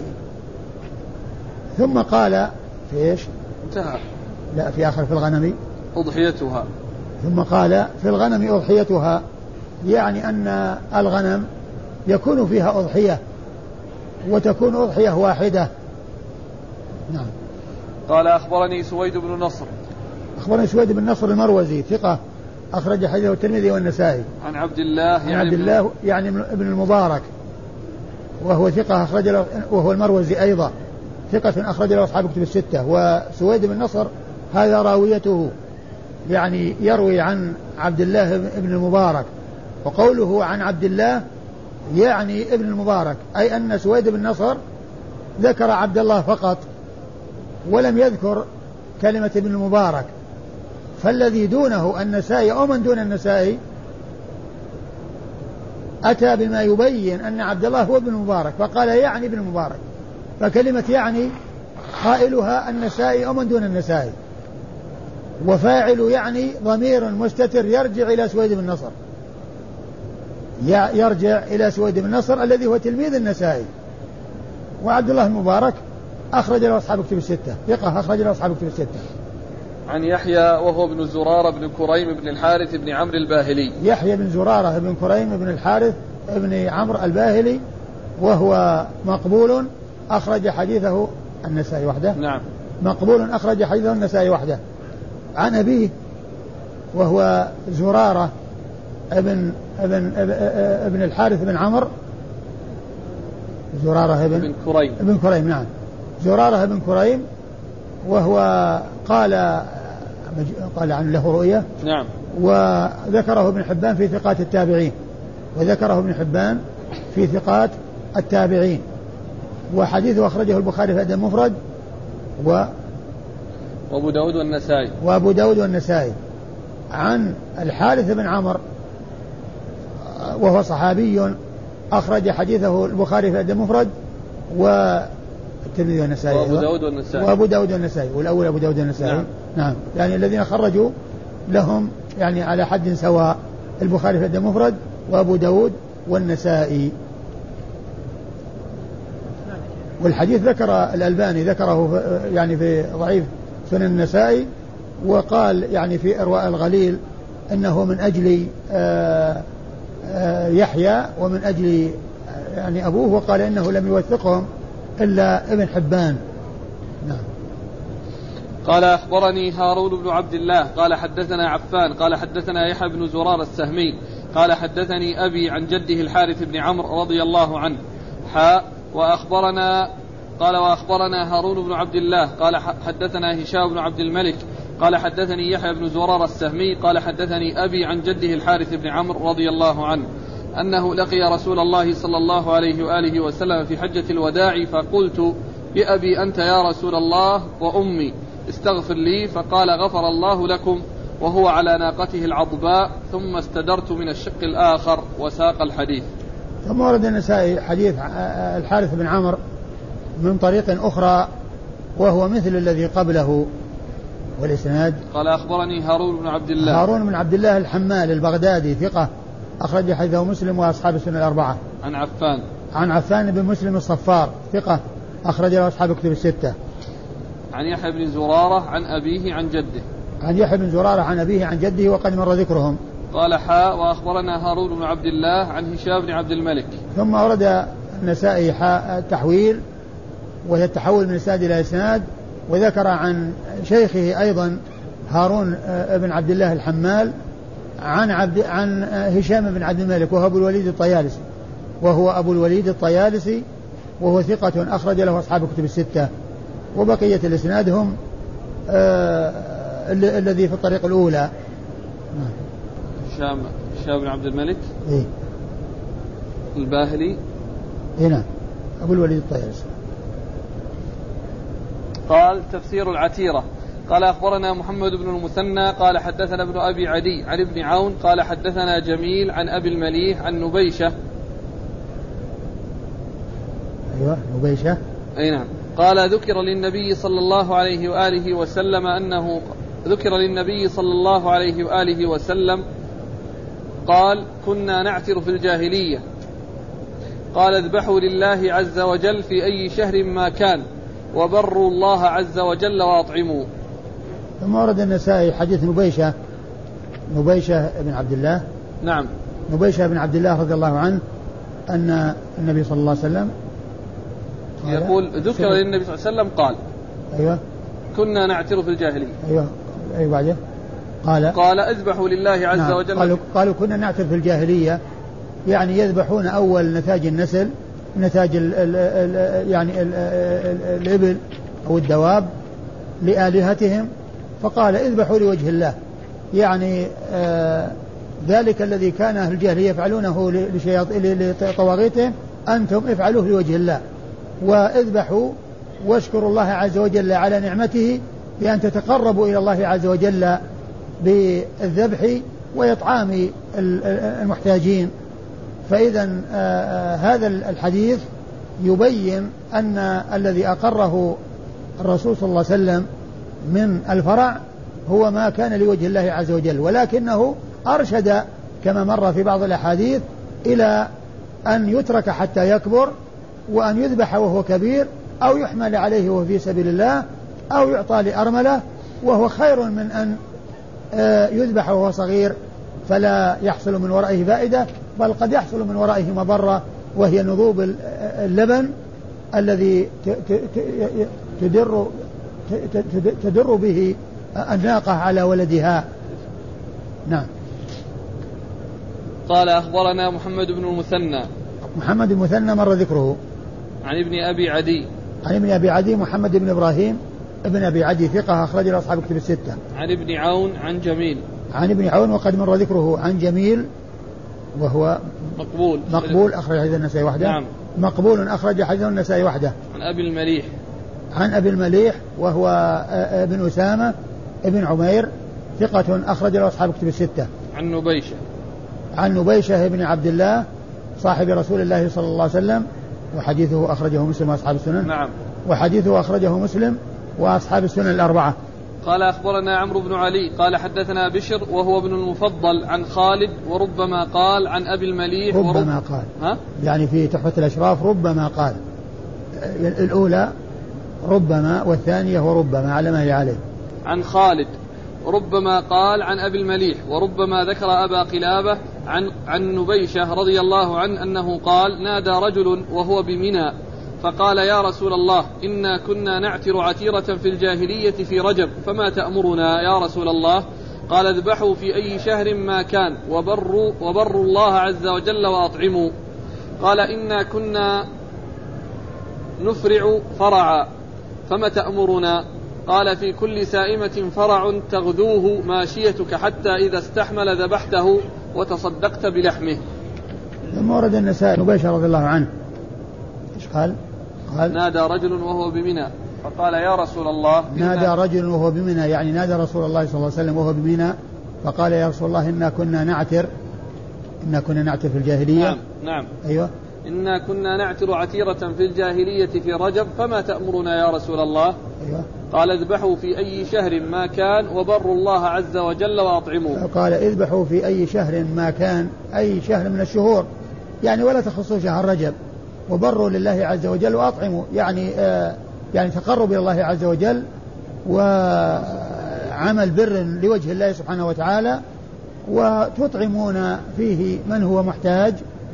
Speaker 2: ثم قال في إيش؟
Speaker 1: انتهى.
Speaker 2: لا في آخر في الغنم
Speaker 1: أضحيتها.
Speaker 2: ثم قال في الغنم أضحيتها، يعني أن الغنم يكون فيها أضحية وتكون أضحية واحدة. نعم.
Speaker 1: قال أخبرني سويد بن نصر.
Speaker 2: أخبرني سويد بن نصر المروزي ثقة أخرج حديثه الترمذي والنسائي.
Speaker 1: عن عبد الله يعني
Speaker 2: عن عبد الله يعني ابن المبارك وهو ثقة أخرج له، وهو المروزي أيضا ثقة أخرج له أصحاب كتب الستة. وسويد بن نصر هذا راويته، يعني يروي عن عبد الله ابن المبارك، وقوله عن عبد الله يعني ابن المبارك، أي أن سويد بن نصر ذكر عبد الله فقط ولم يذكر كلمة ابن المبارك. فالذي دونه النسائي أو من دون النسائي أتى بما يبين أن عبد الله هو ابن المبارك، فقال يعني ابن المبارك، فكلمة يعني قائلها النسائي أو من دون النسائي، وفاعل يعني ضمير مستتر يرجع إلى سويد بن نصر، يرجع إلى سويد بن نصر الذي هو تلميذ النسائي. وعبد الله المبارك أخرج له أصحاب كتب الستة، ثقة أخرج له أصحاب كتب الستة.
Speaker 1: عن يحيى وهو ابن زرارة بن كريم بن الحارث بن عمرو الباهلي.
Speaker 2: يحيى بن زرارة بن كريم بن الحارث بن عمرو الباهلي، وهو مقبول أخرج حديثه النسائي وحده.
Speaker 1: نعم.
Speaker 2: مقبول أخرج حديثه النسائي وحده. عن أبيه وهو زرارة ابن ابن ابن الحارث بن عمرو، زرارة ابن
Speaker 1: كريم
Speaker 2: ابن كريم نعم زرارة ابن كريم، وهو قال قال عن له رؤية.
Speaker 1: نعم.
Speaker 2: وذكره ابن حبان في ثقات التابعين وذكره ابن حبان في ثقات التابعين. وحديثه أخرجه البخاري في الأدب المفرد و
Speaker 1: وأبو داود والنسائي
Speaker 2: وأبو داود والنسائي عن الحارث بن عمرو وهو صحابي أخرج حديثه البخاري في الأدب المفرد والترمذي والنسائي
Speaker 1: وأبو داود والنسائي
Speaker 2: وأبو داود والنسائي والأول أبو داود والنسائي. نعم. نعم يعني الذين خرجوا لهم يعني على حد سواء البخاري في الأدب المفرد وأبو داود والنسائي. والحديث ذكر الألباني ذكره يعني في ضعيف سنن النسائي وقال يعني في إرواء الغليل أنه من أجل آآ آآ يحيى ومن أجل يعني أبوه وقال إنه لم يوثقهم إلا ابن حبان. نعم.
Speaker 1: قال أخبرني هارون بن عبد الله قال حدثنا عفان قال حدثنا يحيى بن زرار السهمي قال حدثني أبي عن جده الحارث بن عمرو رضي الله عنه حاء وأخبرنا قال وأخبرنا هارون بن عبد الله قال حدثنا هشام بن عبد الملك قال حدثني يحيى بن زرار السهمي قال حدثني أبي عن جده الحارث بن عمرو رضي الله عنه أنه لقي رسول الله صلى الله عليه وآله وسلم في حجة الوداع فقلت بأبي أنت يا رسول الله وأمي استغفر لي فقال غفر الله لكم وهو على ناقته العضباء ثم استدرت من الشق الآخر وساق الحديث.
Speaker 2: ثم ورد النسائي حديث الحارث بن عمرو من طريق أخرى وهو مثل الذي قبله والإسناد
Speaker 1: قال أخبرني هارون بن عبد الله
Speaker 2: هارون بن عبد الله الحمال البغدادي ثقة أخرج حديثه مسلم وأصحاب السنة الأربعة.
Speaker 1: عن عفان
Speaker 2: عن عفان بن مسلم الصفار ثقة أخرج له أصحاب الكتب الستة.
Speaker 1: عن يحيى بن زرارة عن أبيه عن جده
Speaker 2: عن يحيى بن زرارة عن أبيه عن جده وقد مر ذكرهم.
Speaker 1: قال حاء وأخبرنا هارون بن عبد الله عن هشام بن عبد الملك.
Speaker 2: ثم ورد النسائي حاء التحويل وهي التحول من إسناد إلى إسناد وذكر عن شيخه أيضا هارون بن عبد الله الحمال عن عبد عن هشام بن عبد الملك وهو أبو الوليد الطيالسي وهو أبو الوليد الطيالسي وهو ثقة أخرج له أصحاب الكتب الستة. وبقية الإسناد هم آه الذي في الطريق الأولى.
Speaker 1: هشام هشام بن عبد الملك
Speaker 2: إيه؟
Speaker 1: الباهلي
Speaker 2: هنا أبو الوليد الطيالسي.
Speaker 1: قال تفسير العتيرة قال أخبرنا محمد بن المثنى قال حدثنا ابن أبي عدي عن ابن عون قال حدثنا جميل عن أبي المليح عن نبيشة.
Speaker 2: أيوة نبيشة.
Speaker 1: أي نعم. قال ذكر للنبي صلى الله عليه وآله وسلم أنه ذكر للنبي صلى الله عليه وآله وسلم قال كنا نعتر في الجاهلية قال اذبحوا لله عز وجل في أي شهر ما كان وبروا الله عز وجل وأطعموا.
Speaker 2: ثم ورد النسائي حديث نبيشة نبيشة بن عبد الله.
Speaker 1: نعم.
Speaker 2: نبيشة بن عبد الله رضي الله عنه أن النبي صلى الله عليه وسلم
Speaker 1: يقول ذكر للنبي صلى الله عليه وسلم قال
Speaker 2: أيوة
Speaker 1: كنا نعتر في الجاهلية.
Speaker 2: أيوة أيوة بعده قال
Speaker 1: قال اذبحوا لله عز
Speaker 2: نعم.
Speaker 1: وجل.
Speaker 2: قالوا, قالوا كنا نعتر في الجاهلية يعني يذبحون أول نتاج النسل نتاج ال ال ال يعني ال ال الإبل أو الدواب لآلهتهم فقال اذبحوا لوجه الله يعني آه ذلك الذي كان أهل الجاهلية يفعلونه لطواغيتهم أنتم افعلوه لوجه الله واذبحوا واشكروا الله عز وجل على نعمته بأن تتقربوا إلى الله عز وجل بالذبح وإطعام المحتاجين. فإذا هذا الحديث يبين أن الذي أقره الرسول صلى الله عليه وسلم من الفرع هو ما كان لوجه الله عز وجل ولكنه أرشد كما مر في بعض الأحاديث إلى أن يترك حتى يكبر وأن يذبح وهو كبير أو يحمل عليه وهو في سبيل الله أو يعطى لأرملة وهو خير من أن يذبح وهو صغير فلا يحصل من ورائه فائدة بل قد يحصل من ورائه مضرة وهي نضوب اللبن الذي تدر تدر به الناقة على ولدها. نعم.
Speaker 1: قال أخبرنا محمد بن المثنى
Speaker 2: محمد بن المثنى مر ذكره.
Speaker 1: عن ابن أبي عدي
Speaker 2: عن ابن أبي عدي محمد بن إبراهيم ابن أبي عدي ثقة أخرج له أصحاب الكتب الستة.
Speaker 1: عن ابن عون عن جميل
Speaker 2: عن ابن عون وقد مر ذكره. عن جميل وهو
Speaker 1: مقبول
Speaker 2: مقبول أخرج حديث النسائي وحده.
Speaker 1: نعم.
Speaker 2: مقبول أخرج حديث النسائي وحده.
Speaker 1: عن أبي المليح
Speaker 2: عن أبي المليح وهو ابن أسامة ابن عمير ثقة أخرج له أصحاب كتب الستة.
Speaker 1: عن نبيشة
Speaker 2: عن نبيشة ابن عبد الله صاحب رسول الله صلى الله عليه وسلم وحديثه أخرجه مسلم وأصحاب السنن.
Speaker 1: نعم.
Speaker 2: وحديثه أخرجه مسلم وأصحاب السنن الأربعة.
Speaker 1: قال أخبرنا عمرو بن علي قال حدثنا بشر وهو ابن المفضل عن خالد وربما قال عن أبي المليح
Speaker 2: ربما
Speaker 1: ورب...
Speaker 2: قال
Speaker 1: ها؟
Speaker 2: يعني في تحفة الأشراف ربما قال الأولى ربما والثانية وربما على ما هي عليه.
Speaker 1: عن خالد ربما قال عن أبي المليح وربما ذكر أبا قلابة عن, عن نبيشة رضي الله عنه أنه قال نادى رجل وهو بمنى فقال يا رسول الله إنا كنا نعتر عتيرة في الجاهلية في رجب فما تأمرنا يا رسول الله؟ قال اذبحوا في أي شهر ما كان وبروا, وبروا الله عز وجل وأطعموا. قال إنا كنا نفرع فرعا فما تأمرنا؟ قال في كل سائمة فرع تغذوه ماشيتك حتى إذا استحمل ذبحته وتصدقت بلحمه.
Speaker 2: ثم ورد النسائي نبيشة رضي الله عنه إيش قال؟ قال
Speaker 1: نادى رجل وهو بمنى فقال يا رسول الله
Speaker 2: نادى رجل وهو بمنى يعني نادى رسول الله صلى الله عليه وسلم وهو بمنى فقال يا رسول الله إنا كنا نعتر إنا كنا نعتر في الجاهلية.
Speaker 1: نعم نعم
Speaker 2: أيوة
Speaker 1: إنا كنا نعتر عتيرة في الجاهلية في رجب فما تأمرنا يا رسول الله؟
Speaker 2: أيوة.
Speaker 1: قال اذبحوا في أي شهر ما كان وبروا الله عز وجل وأطعموا.
Speaker 2: قال اذبحوا في أي شهر ما كان أي شهر من الشهور يعني ولا تخصوا شهر رجب وبروا لله عز وجل وأطعموا يعني آه يعني تقرب إلى الله عز وجل وعمل بر لوجه الله سبحانه وتعالى وتطعمون فيه من هو محتاج.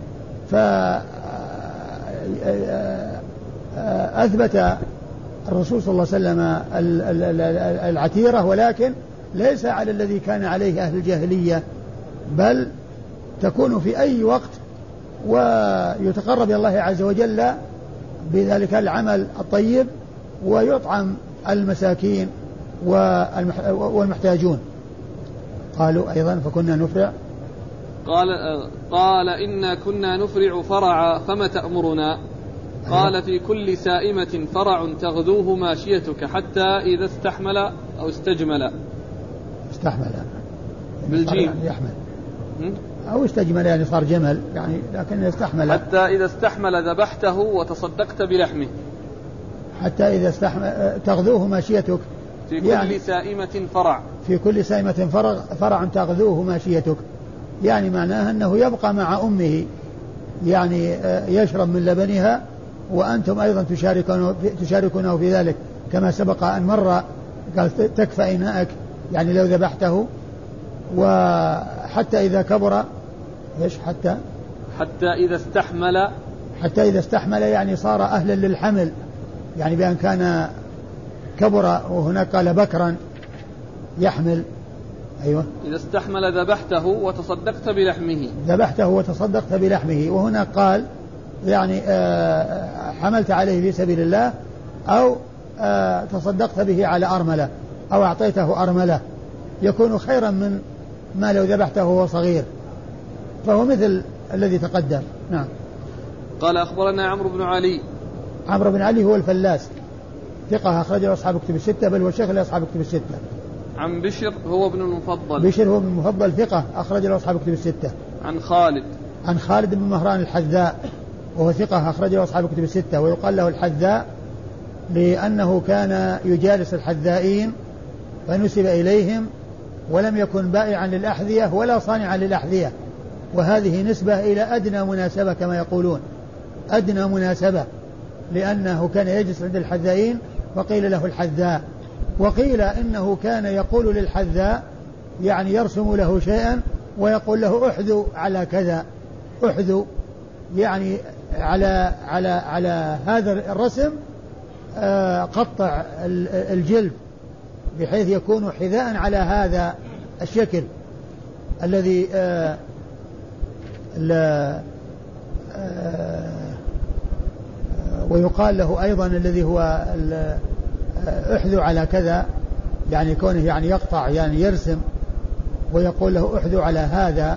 Speaker 2: فأثبت الرسول صلى الله عليه وسلم العتيرة ولكن ليس على الذي كان عليه أهل الجاهلية بل تكون في أي وقت ويتقرب إلى الله عز وجل بذلك العمل الطيب ويطعم المساكين والمحتاجون. قالوا أيضا فكنا نفرع
Speaker 1: قال قال إنا كنا نفرع فرعا فما تأمرنا؟ قال في كل سائمة فرع تغذوه ماشيتك حتى إذا استحمل أو استجمل.
Speaker 2: استحمل
Speaker 1: بالجيم
Speaker 2: يحمل أو استجمل يعني صار جمل يعني لكن استحمل
Speaker 1: حتى إذا استحمل ذبحته وتصدقت بلحمه.
Speaker 2: حتى إذا استحمل تغذوه ماشيتك
Speaker 1: في كل
Speaker 2: يعني
Speaker 1: سائمة فرع
Speaker 2: في كل سائمة فرع, فرع تغذوه ماشيتك يعني معناه أنه يبقى مع أمه يعني يشرب من لبنها وأنتم أيضا تشاركونه, تشاركونه في ذلك كما سبق أن مر قال تكفى إناءك يعني لو ذبحته. وحتى إذا كبر إيش حتى
Speaker 1: حتى إذا استحمل
Speaker 2: حتى إذا استحمل يعني صار أهلا للحمل يعني بأن كان كبر وهناك قال بكرا يحمل. أيوة
Speaker 1: إذا استحمل ذبحته وتصدقت بلحمه
Speaker 2: ذبحته وتصدقت بلحمه. وهنا قال يعني آه حملت عليه في سبيل الله أو آه تصدقت به على أرملة أو أعطيته أرملة يكون خيرا من ما لو ذبحته وهو صغير فهو مثل الذي تقدم. نعم.
Speaker 1: قال أخبرنا عمرو بن علي.
Speaker 2: عمرو بن علي هو الفلاس ثقة أخرجه أصحاب كتب الستة بل هو شيخ لأصحاب كتب الستة.
Speaker 1: عن بشر هو ابن المفضل.
Speaker 2: بشر هو ابن المفضل ثقة أخرج له أصحاب كتب الستة.
Speaker 1: عن خالد.
Speaker 2: عن خالد بن مهران الحذاء وهو ثقة أخرج له أصحاب كتب الستة ويقال له الحذاء لأنه كان يجالس الحذائين فنسب إليهم ولم يكن بائعا للأحذية ولا صانعا للأحذية وهذه نسبة إلى أدنى مناسبة كما يقولون أدنى مناسبة لأنه كان يجلس عند الحذائين وقيل له الحذاء. وقيل إنه كان يقول للحذاء يعني يرسم له شيئا ويقول له احذو على كذا احذو يعني على على على هذا الرسم آه قطع الجلد بحيث يكون حذاء على هذا الشكل الذي آه آه ويقال له أيضا الذي هو احذو على كذا يعني كونه يعني يقطع يعني يرسم ويقول له احذو على هذا.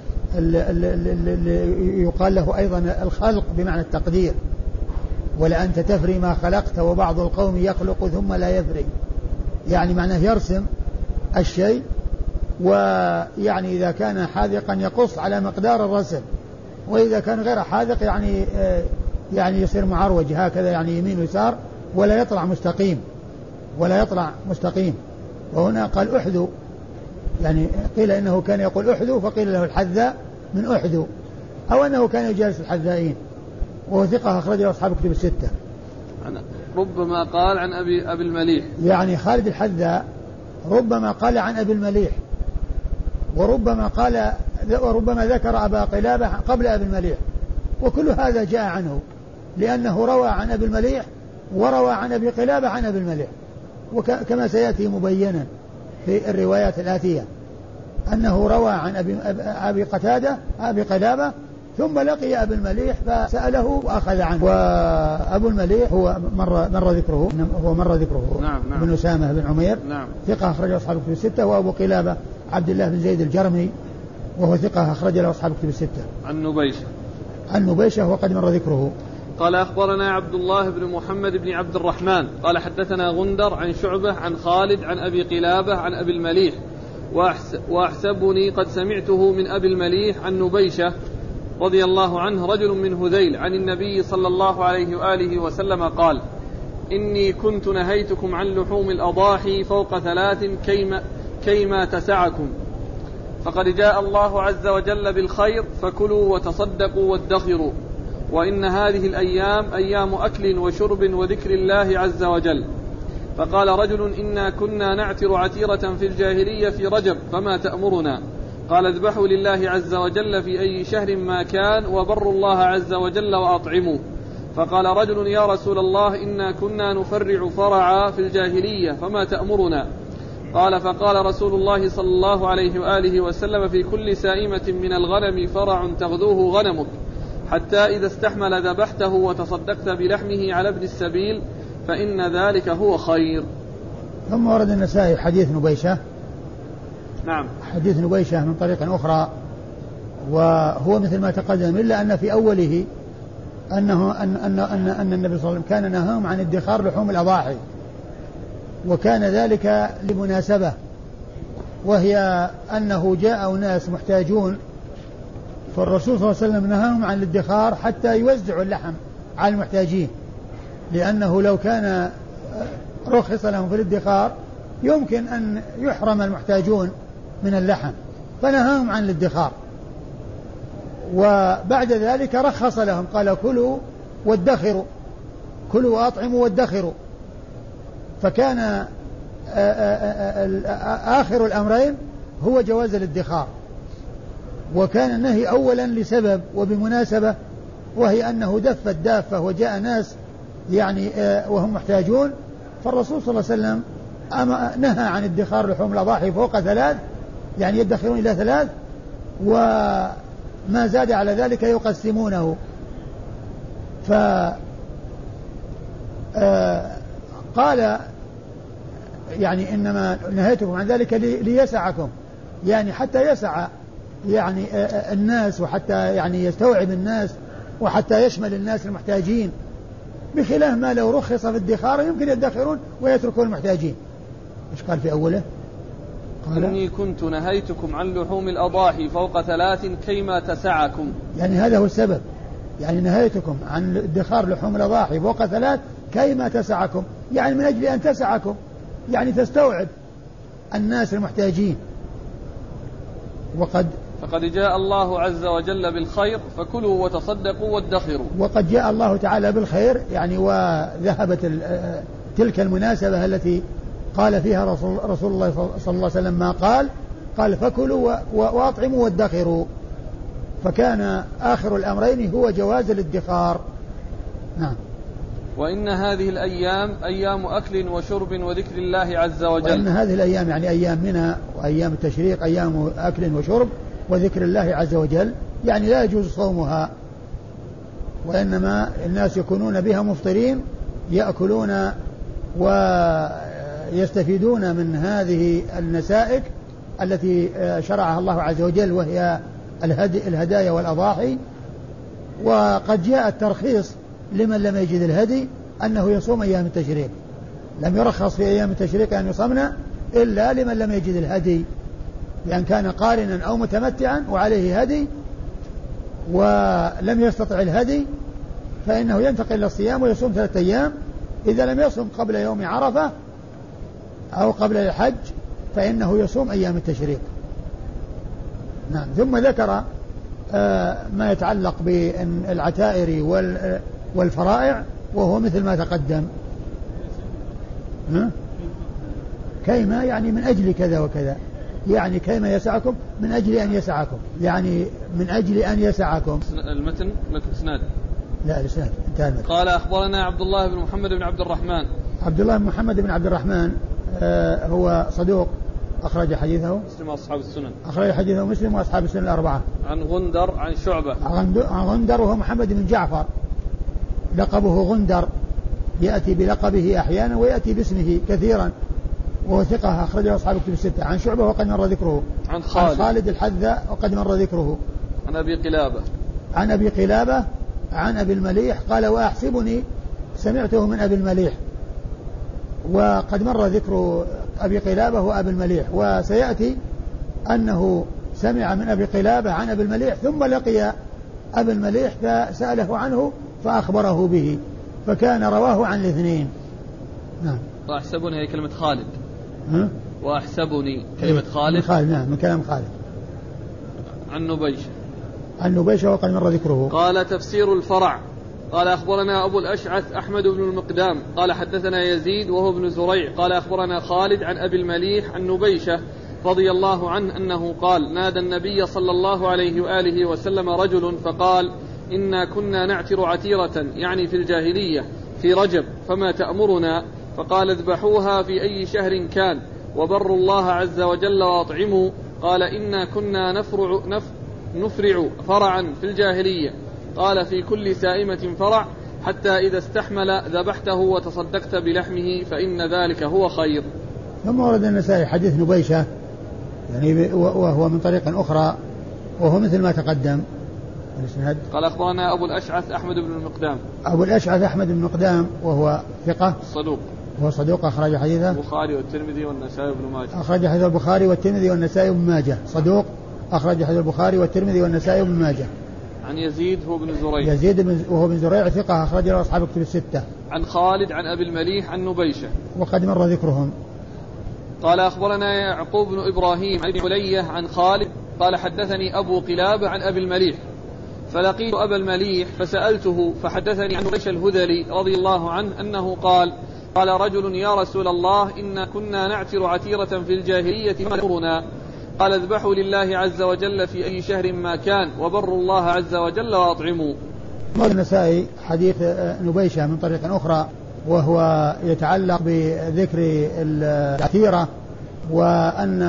Speaker 2: اللي يقال له أيضا الخلق بمعنى التقدير، ولأنت تفري ما خلقت وبعض القوم يخلق ثم لا يفري، يعني معناه يرسم الشيء، ويعني إذا كان حاذقا يقص على مقدار الرسم، وإذا كان غير حاذق يعني يعني يصير معروج هكذا، يعني يمين ويسار ولا يطلع مستقيم ولا يطلع مستقيم. وهنا قال احذو، يعني قيل إنه كان يقول احذو فقيل له الحذاء من احذو، أو أنه كان يجالس الحذائين، وهو ثقة أخرجه أصحاب كتب الستة.
Speaker 1: ربما قال عن أبي أبي المليح،
Speaker 2: يعني خالد الحذاء ربما قال عن أبي المليح، وربما قال وربما ذكر أبا قلابة قبل أبي المليح، وكل هذا جاء عنه، لأنه روى عن أبي المليح وروى عن أبي قلابة عن أبي المليح، وكما سيأتي مبينا في الروايات الآتية أنه روى عن أبي, أبي قتادة أبي قلابة ثم لقي أبي المليح فسأله وأخذ عنه. وأبو المليح هو مر, مر ذكره هو مر ذكره
Speaker 1: نعم نعم.
Speaker 2: بن أسامة بن عمير
Speaker 1: نعم.
Speaker 2: ثقة أخرج له أصحاب كتب الستة. وأبو قلابة عبد الله بن زيد الجرمي وهو ثقة أخرج له أصحاب كتب الستة.
Speaker 1: عن نبيشة
Speaker 2: عن نبيشة وقد مر ذكره.
Speaker 1: قال أخبرنا عبد الله بن محمد بن عبد الرحمن قال حدثنا غندر عن شعبة عن خالد عن أبي قلابة عن أبي المليح، وأحسبني قد سمعته من أبي المليح عن نبيشة رضي الله عنه رجل من هذيل عن النبي صلى الله عليه وآله وسلم قال: إني كنت نهيتكم عن لحوم الأضاحي فوق ثلاث كيما, كيما تسعكم، فقد جاء الله عز وجل بالخير فكلوا وتصدقوا وادخروا، وإن هذه الأيام أيام أكل وشرب وذكر الله عز وجل. فقال رجل: إنا كنا نعتر عتيرة في الجاهلية في رجب فما تأمرنا؟ قال: اذبحوا لله عز وجل في أي شهر ما كان وبروا الله عز وجل وأطعموا. فقال رجل: يا رسول الله إنا كنا نفرع فرعا في الجاهلية فما تأمرنا؟ قال: فقال رسول الله صلى الله عليه وآله وسلم: في كل سائمة من الغنم فرع تغذوه غنمك، حتى إذا استحمل ذبحته وتصدقت بلحمه على ابن السبيل فإن ذلك هو خير.
Speaker 2: ثم ورد النسائي حديث نبيشة.
Speaker 1: نعم.
Speaker 2: حديث نبيشة من طريق أخرى، وهو مثل ما تقدم، إلا أن في أوله أنه أن أن أن, أن النبي صلى الله عليه وسلم كان نهاهم عن ادخار لحوم الأضاحي، وكان ذلك لمناسبة، وهي أنه جاء ناس محتاجون، فالرسول صلى الله عليه وسلم نهاهم عن الادخار حتى يوزعوا اللحم على المحتاجين، لأنه لو كان رخص لهم في الادخار يمكن أن يحرم المحتاجون من اللحم، فنهاهم عن الادخار. وبعد ذلك رخص لهم، قال: كلوا وادخروا، كلوا وأطعموا وادخروا. فكان آخر الأمرين هو جواز الادخار، وكان النهي أولا لسبب وبمناسبة، وهي أنه دفت دافة وجاء ناس يعني وهم محتاجون، فالرسول صلى الله عليه وسلم نهى عن ادخار لحوم الأضاحي فوق ثلاث، يعني يدخرون إلى ثلاث، وما زاد على ذلك يقسمونه. فقال يعني إنما نهيتكم عن ذلك ليسعكم، يعني حتى يسع يعني الناس، وحتى يعني يستوعب الناس، وحتى يشمل الناس المحتاجين، بخلاف ما لو رخص في الادخار يمكن يدخرون ويتركون المحتاجين. ايش قال في اوله؟
Speaker 1: قال: إني كنت نهيتكم عن لحوم الأضاحي فوق ثلاث كيما تسعكم،
Speaker 2: يعني هذا هو السبب، يعني نهيتكم عن ادخار لحوم الأضاحي فوق ثلاث كيما تسعكم، يعني من أجل أن تسعكم، يعني تستوعب الناس المحتاجين. وقد
Speaker 1: فقد جاء الله عز وجل بالخير فكلوا وتصدقوا وادخروا.
Speaker 2: وقد جاء الله تعالى بالخير، يعني وذهبت تلك المناسبة التي قال فيها رسول, رسول الله صلى الله عليه وسلم ما قال، قال: فكلوا وأطعموا وادخروا. فكان آخر الأمرين هو جواز الادخار. نعم.
Speaker 1: وإن هذه الأيام أيام أكل وشرب وذكر الله عز وجل.
Speaker 2: وإن هذه الأيام يعني أيام منى وأيام التشريق أيام أكل وشرب وذكر الله عز وجل، يعني لا يجوز صومها، وإنما الناس يكونون بها مفطرين، يأكلون ويستفيدون من هذه النسائك التي شرعها الله عز وجل وهي الهدي الهدايا والأضاحي. وقد جاء الترخيص لمن لم يجد الهدي أنه يصوم أيام التشريق، لم يرخص في أيام التشريق أن يصمنا إلا لمن لم يجد الهدي، لأن كان قارنا أو متمتعا وعليه هدي ولم يستطع الهدي فإنه ينتقل إلى الصيام ويصوم ثلاثة أيام. إذا لم يصوم قبل يوم عرفة أو قبل الحج فإنه يصوم أيام التشريق. نعم. ثم ذكر آه ما يتعلق بالعتائر والفرائع وهو مثل ما تقدم. ها؟ كيما يعني من أجل كذا وكذا، يعني كيما يسعكم من أجل أن يسعكم، يعني من أجل أن يسعكم.
Speaker 1: المتن لك إسناد؟
Speaker 2: لا الإسناد انتهى المتن.
Speaker 1: قال أخبرنا عبد الله بن محمد بن عبد الرحمن.
Speaker 2: عبد الله بن محمد بن عبد الرحمن آه هو صدوق أخرج حديثه
Speaker 1: مسلم وأصحاب السنن.
Speaker 2: أخرج حديثه مسلم وأصحاب السنن الأربعة.
Speaker 1: عن غندر عن شعبة.
Speaker 2: عن غندر وهو محمد بن جعفر لقبه غندر، يأتي بلقبه أحيانا ويأتي باسمه كثيرا، وهو ثقة أخرجه أصحاب الكتب الستة. عن شعبة وقد مر ذكره.
Speaker 1: عن خالد,
Speaker 2: عن خالد الحذاء وقد مر ذكره.
Speaker 1: عن أبي قلابة.
Speaker 2: عن أبي قلابة عن أبي المليح قال وأحسبني سمعته من أبي المليح، وقد مر ذكر أبي قلابة وأبي المليح، وسيأتي أنه سمع من أبي قلابة عن أبي المليح ثم لقي أبي المليح فسأله عنه فأخبره به، فكان رواه عن الاثنين. نعم.
Speaker 1: وأحسبني هي كلمة خالد.
Speaker 2: ها؟
Speaker 1: وأحسبني كلمة خالد.
Speaker 2: من خالد نعم، من كلام خالد.
Speaker 1: عن نبيشة.
Speaker 2: عن نبيشة وقد مر ذكره.
Speaker 1: قال تفسير الفرع. قال أخبرنا أبو الأشعث أحمد بن المقدام قال حدثنا يزيد وهو ابن زريع قال أخبرنا خالد عن أبي المليح عن نبيشة رضي الله عنه أنه قال نادى النبي صلى الله عليه وآله وسلم رجل فقال إنا كنا نعتر عتيرة يعني في الجاهلية في رجب فما تأمرنا؟ فقال اذبحوها في أي شهر كان وبروا الله عز وجل وأطعموا. قال إنا كنا نفرع, نف نفرع فرعا في الجاهلية. قال في كل سائمة فرع حتى إذا استحمل ذبحته وتصدقت بلحمه فإن ذلك هو خير.
Speaker 2: ثم ورد النسائي حديث نبيشة يعني وهو من طريق أخرى وهو مثل ما تقدم.
Speaker 1: قال أخبرنا أبو الأشعث أحمد بن المقدام.
Speaker 2: أبو الأشعث أحمد بن المقدام وهو ثقة
Speaker 1: صدوق،
Speaker 2: وهو صدوق أخرج حديثه
Speaker 1: البخاري والترمذي والنسائي وابن ماجه.
Speaker 2: أخرج حديث البخاري والترمذي والنسائي وابن ماجه. صدوق أخرج حديث البخاري والترمذي والنسائي وابن ماجه.
Speaker 1: عن يزيد هو بن زريع.
Speaker 2: يزيد وهو بن زريع ثقة أخرج له أصحاب الكتب الستة.
Speaker 1: عن خالد عن أبي المليح عن نبيشة
Speaker 2: وقد مر ذكرهم.
Speaker 1: قال أخبرنا يعقوب بن إبراهيم عن ابن علية عن خالد قال حدثني أبو قلابة عن أبي المليح فلقيت أبا المليح فسألته فحدثني عن نبيشة الهذلي رضي الله عنه أنه قال قال رجل يا رسول الله إنا كنا نعتر عتيرة في الجاهلية ما نأمرنا؟ قال اذبحوا لله عز وجل في أي شهر ما كان وبروا الله عز وجل وأطعموا.
Speaker 2: قال النسائي حديث نبيشة من طريق أخرى وهو يتعلق بذكر العتيرة وأن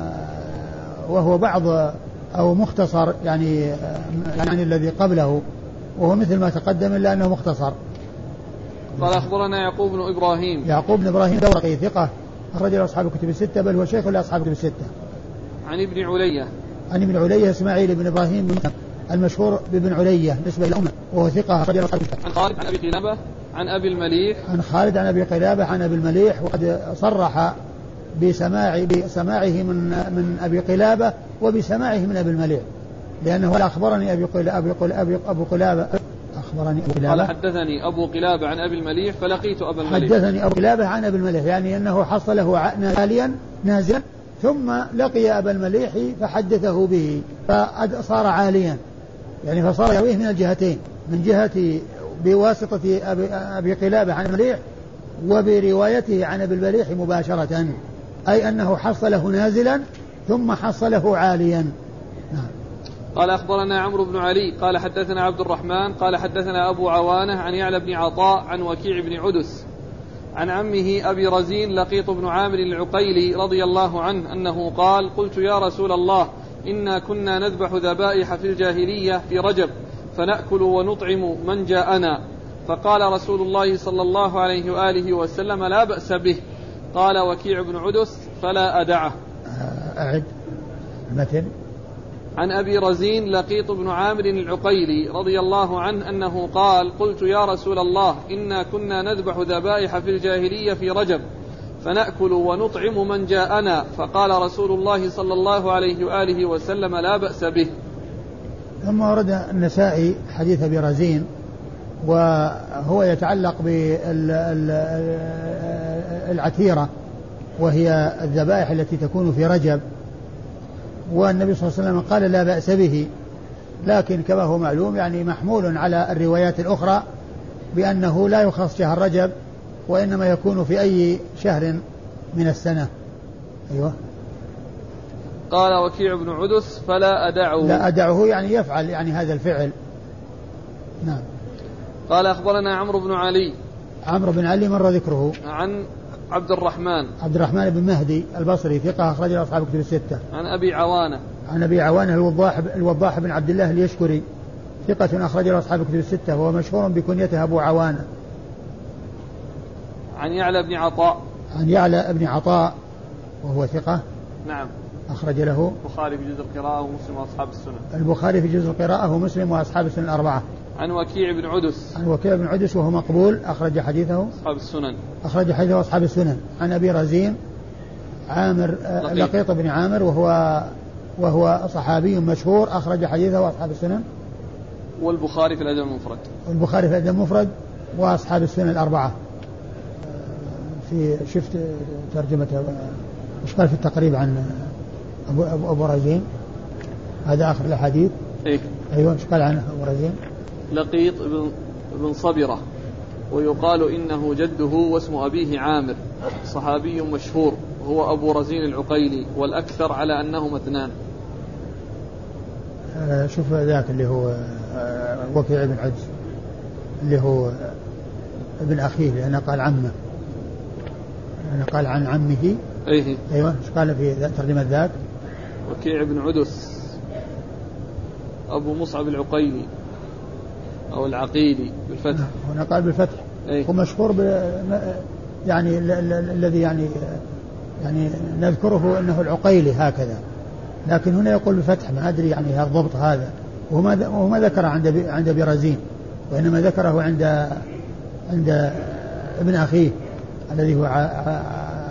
Speaker 2: وهو بعض أو مختصر يعني يعني الذي قبله وهو مثل ما تقدم إلا أنه مختصر.
Speaker 1: قال أخبرنا يعقوب بن إبراهيم.
Speaker 2: يعقوب بن إبراهيم دورقي ثقة أخرج له أصحاب الكتب الستة بل هو شيخ لأصحاب الكتب الستة.
Speaker 1: عن ابن علية.
Speaker 2: عن ابن علية إسماعيل بن إبراهيم المشهور بابن علية نسبة إلى أمه وهو ثقة أخرج له أصحاب الكتب.
Speaker 1: عن خالد عن أبي قلابة عن أبي المليح.
Speaker 2: عن خالد عن أبي قلابة عن أبي المليح وقد صرح بسماع بسماعه من من أبي قلابة وبسماعه من أبي المليح لأنه أخبرني أبي قلابة أبي أبو قلابة أخبرني أبو قلابة
Speaker 1: قال حدثني أبو قلابة عن أبي المليح فلقيت أبا المليح.
Speaker 2: حدثني أبو قلابة عن أبي المليح يعني أنه حصله عاليا نازلا ثم لقي أبا المليح فحدثه به فصار عاليا يعني فصار يرويه من الجهتين من جهة بواسطة أبي, أبي قلابة عن المليح وبروايته عن أبي المليح مباشرة أي أنه حصله نازلا ثم حصله عاليا. نعم.
Speaker 1: قال أخبرنا عمرو بن علي قال حدثنا عبد الرحمن قال حدثنا أبو عوانة عن يعلى بن عطاء عن وكيع بن عدس عن عمه أبي رزين لقيط بن عامر العقيلي رضي الله عنه أنه قال قلت يا رسول الله إنا كنا نذبح ذبائح في الجاهلية في رجب فنأكل ونطعم من جاءنا فقال رسول الله صلى الله عليه وآله وسلم لا بأس به. قال وكيع بن عدس فلا أدعه.
Speaker 2: أعد المتن.
Speaker 1: عن أبي رزين لقيط بن عامر العقيلي رضي الله عنه أنه قال قلت يا رسول الله إنا كنا نذبح ذبائح في الجاهلية في رجب فنأكل ونطعم من جاءنا فقال رسول الله صلى الله عليه وآله وسلم لا بأس به.
Speaker 2: ثم ورد النسائي حديث أبي رزين وهو يتعلق بالعتيرة وهي الذبائح التي تكون في رجب، والنبي صلى الله عليه وسلم قال لا بأس به، لكن كما هو معلوم يعني محمول على الروايات الأخرى بأنه لا يخص شهر رجب وإنما يكون في أي شهر من السنة. أيوة.
Speaker 1: قال وكيع بن عدس فلا أدعه.
Speaker 2: لا أدعه يعني يفعل يعني هذا الفعل. نعم.
Speaker 1: قال أخبرنا عمرو بن علي.
Speaker 2: عمرو بن علي مر ذكره.
Speaker 1: عن عبد الرحمن.
Speaker 2: عبد الرحمن بن مهدي البصري ثقة أخرج له أصحاب كتب الستة.
Speaker 1: عن أبي عوانة.
Speaker 2: عن أبي عوانة الوضاح الوضاح بن عبد الله اليشكري ثقة أخرج له أصحاب كتب الستة وهو مشهور بكنيته أبو عوانة.
Speaker 1: عن يعلى بن عطاء.
Speaker 2: عن يعلى بن عطاء وهو ثقة.
Speaker 1: نعم.
Speaker 2: أخرج له
Speaker 1: البخاري في جزء القراءة ومسلم وأصحاب السنن.
Speaker 2: البخاري في جزء القراءة ومسلم وأصحاب السنن الأربعة.
Speaker 1: عن وكيع بن عدس.
Speaker 2: عن وكيع بن عدس وهو مقبول أخرج حديثه
Speaker 1: أصحاب السنن.
Speaker 2: أخرج حديثه أصحاب السنن. عن أبي رزين عامر لقيط بن عامر وهو وهو صحابي مشهور أخرج حديثه أصحاب السنن.
Speaker 1: والبخاري في الأدب المفرد.
Speaker 2: والبخاري في الأدب المفرد وأصحاب السنن الأربعة. في شفت ترجمة إيش قال في التقريب عن أبو أبو, أبو رزين؟ هذا آخر الأحاديث.
Speaker 1: إيه.
Speaker 2: أيوة إيش قال عنه أبو رزين؟
Speaker 1: لقيط بن بن صبرة ويقال إنه جده واسم أبيه عامر صحابي مشهور هو أبو رزين العقيلي والأكثر على أنهما اثنان.
Speaker 2: آه شوف ذاك اللي هو آه وكيع بن عدس اللي هو ابن أخيه لأنه قال عمه لأنه قال عن عمه.
Speaker 1: أيه.
Speaker 2: أيوة إيش قال في ترجمة ذاك؟
Speaker 1: وكيع بن عدس أبو مصعب العقيلي أو العقيلي بالفتح.
Speaker 2: هنا قال بالفتح.
Speaker 1: أيه.
Speaker 2: هو مشهور ب يعني الذي يعني يعني نذكره أنه العقيلي هكذا، لكن هنا يقول بالفتح ما أدري يعني الضبط هذا، وما وما ذكر عند عند برزين وإنما ذكره عند عند ابن أخيه الذي هو ع... ع...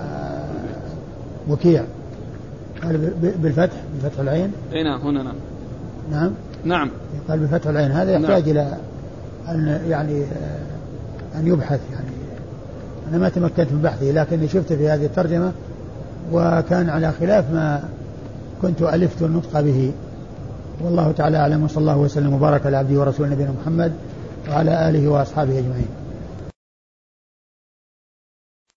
Speaker 2: وكيع قال بالفتح بفتح العين.
Speaker 1: اي نعم هنا نعم.
Speaker 2: نعم
Speaker 1: نعم
Speaker 2: قال بفتح العين. هذا يحتاج نعم. إلى أن يعني أن يبحث يعني أنا ما تمكنت من بحثه لكني شفت في هذه الترجمة وكان على خلاف ما كنت ألفت النطق به. والله تعالى أعلم وصلى الله وسلم وبارك على عبده ورسوله نبينا محمد وعلى آله وأصحابه أجمعين.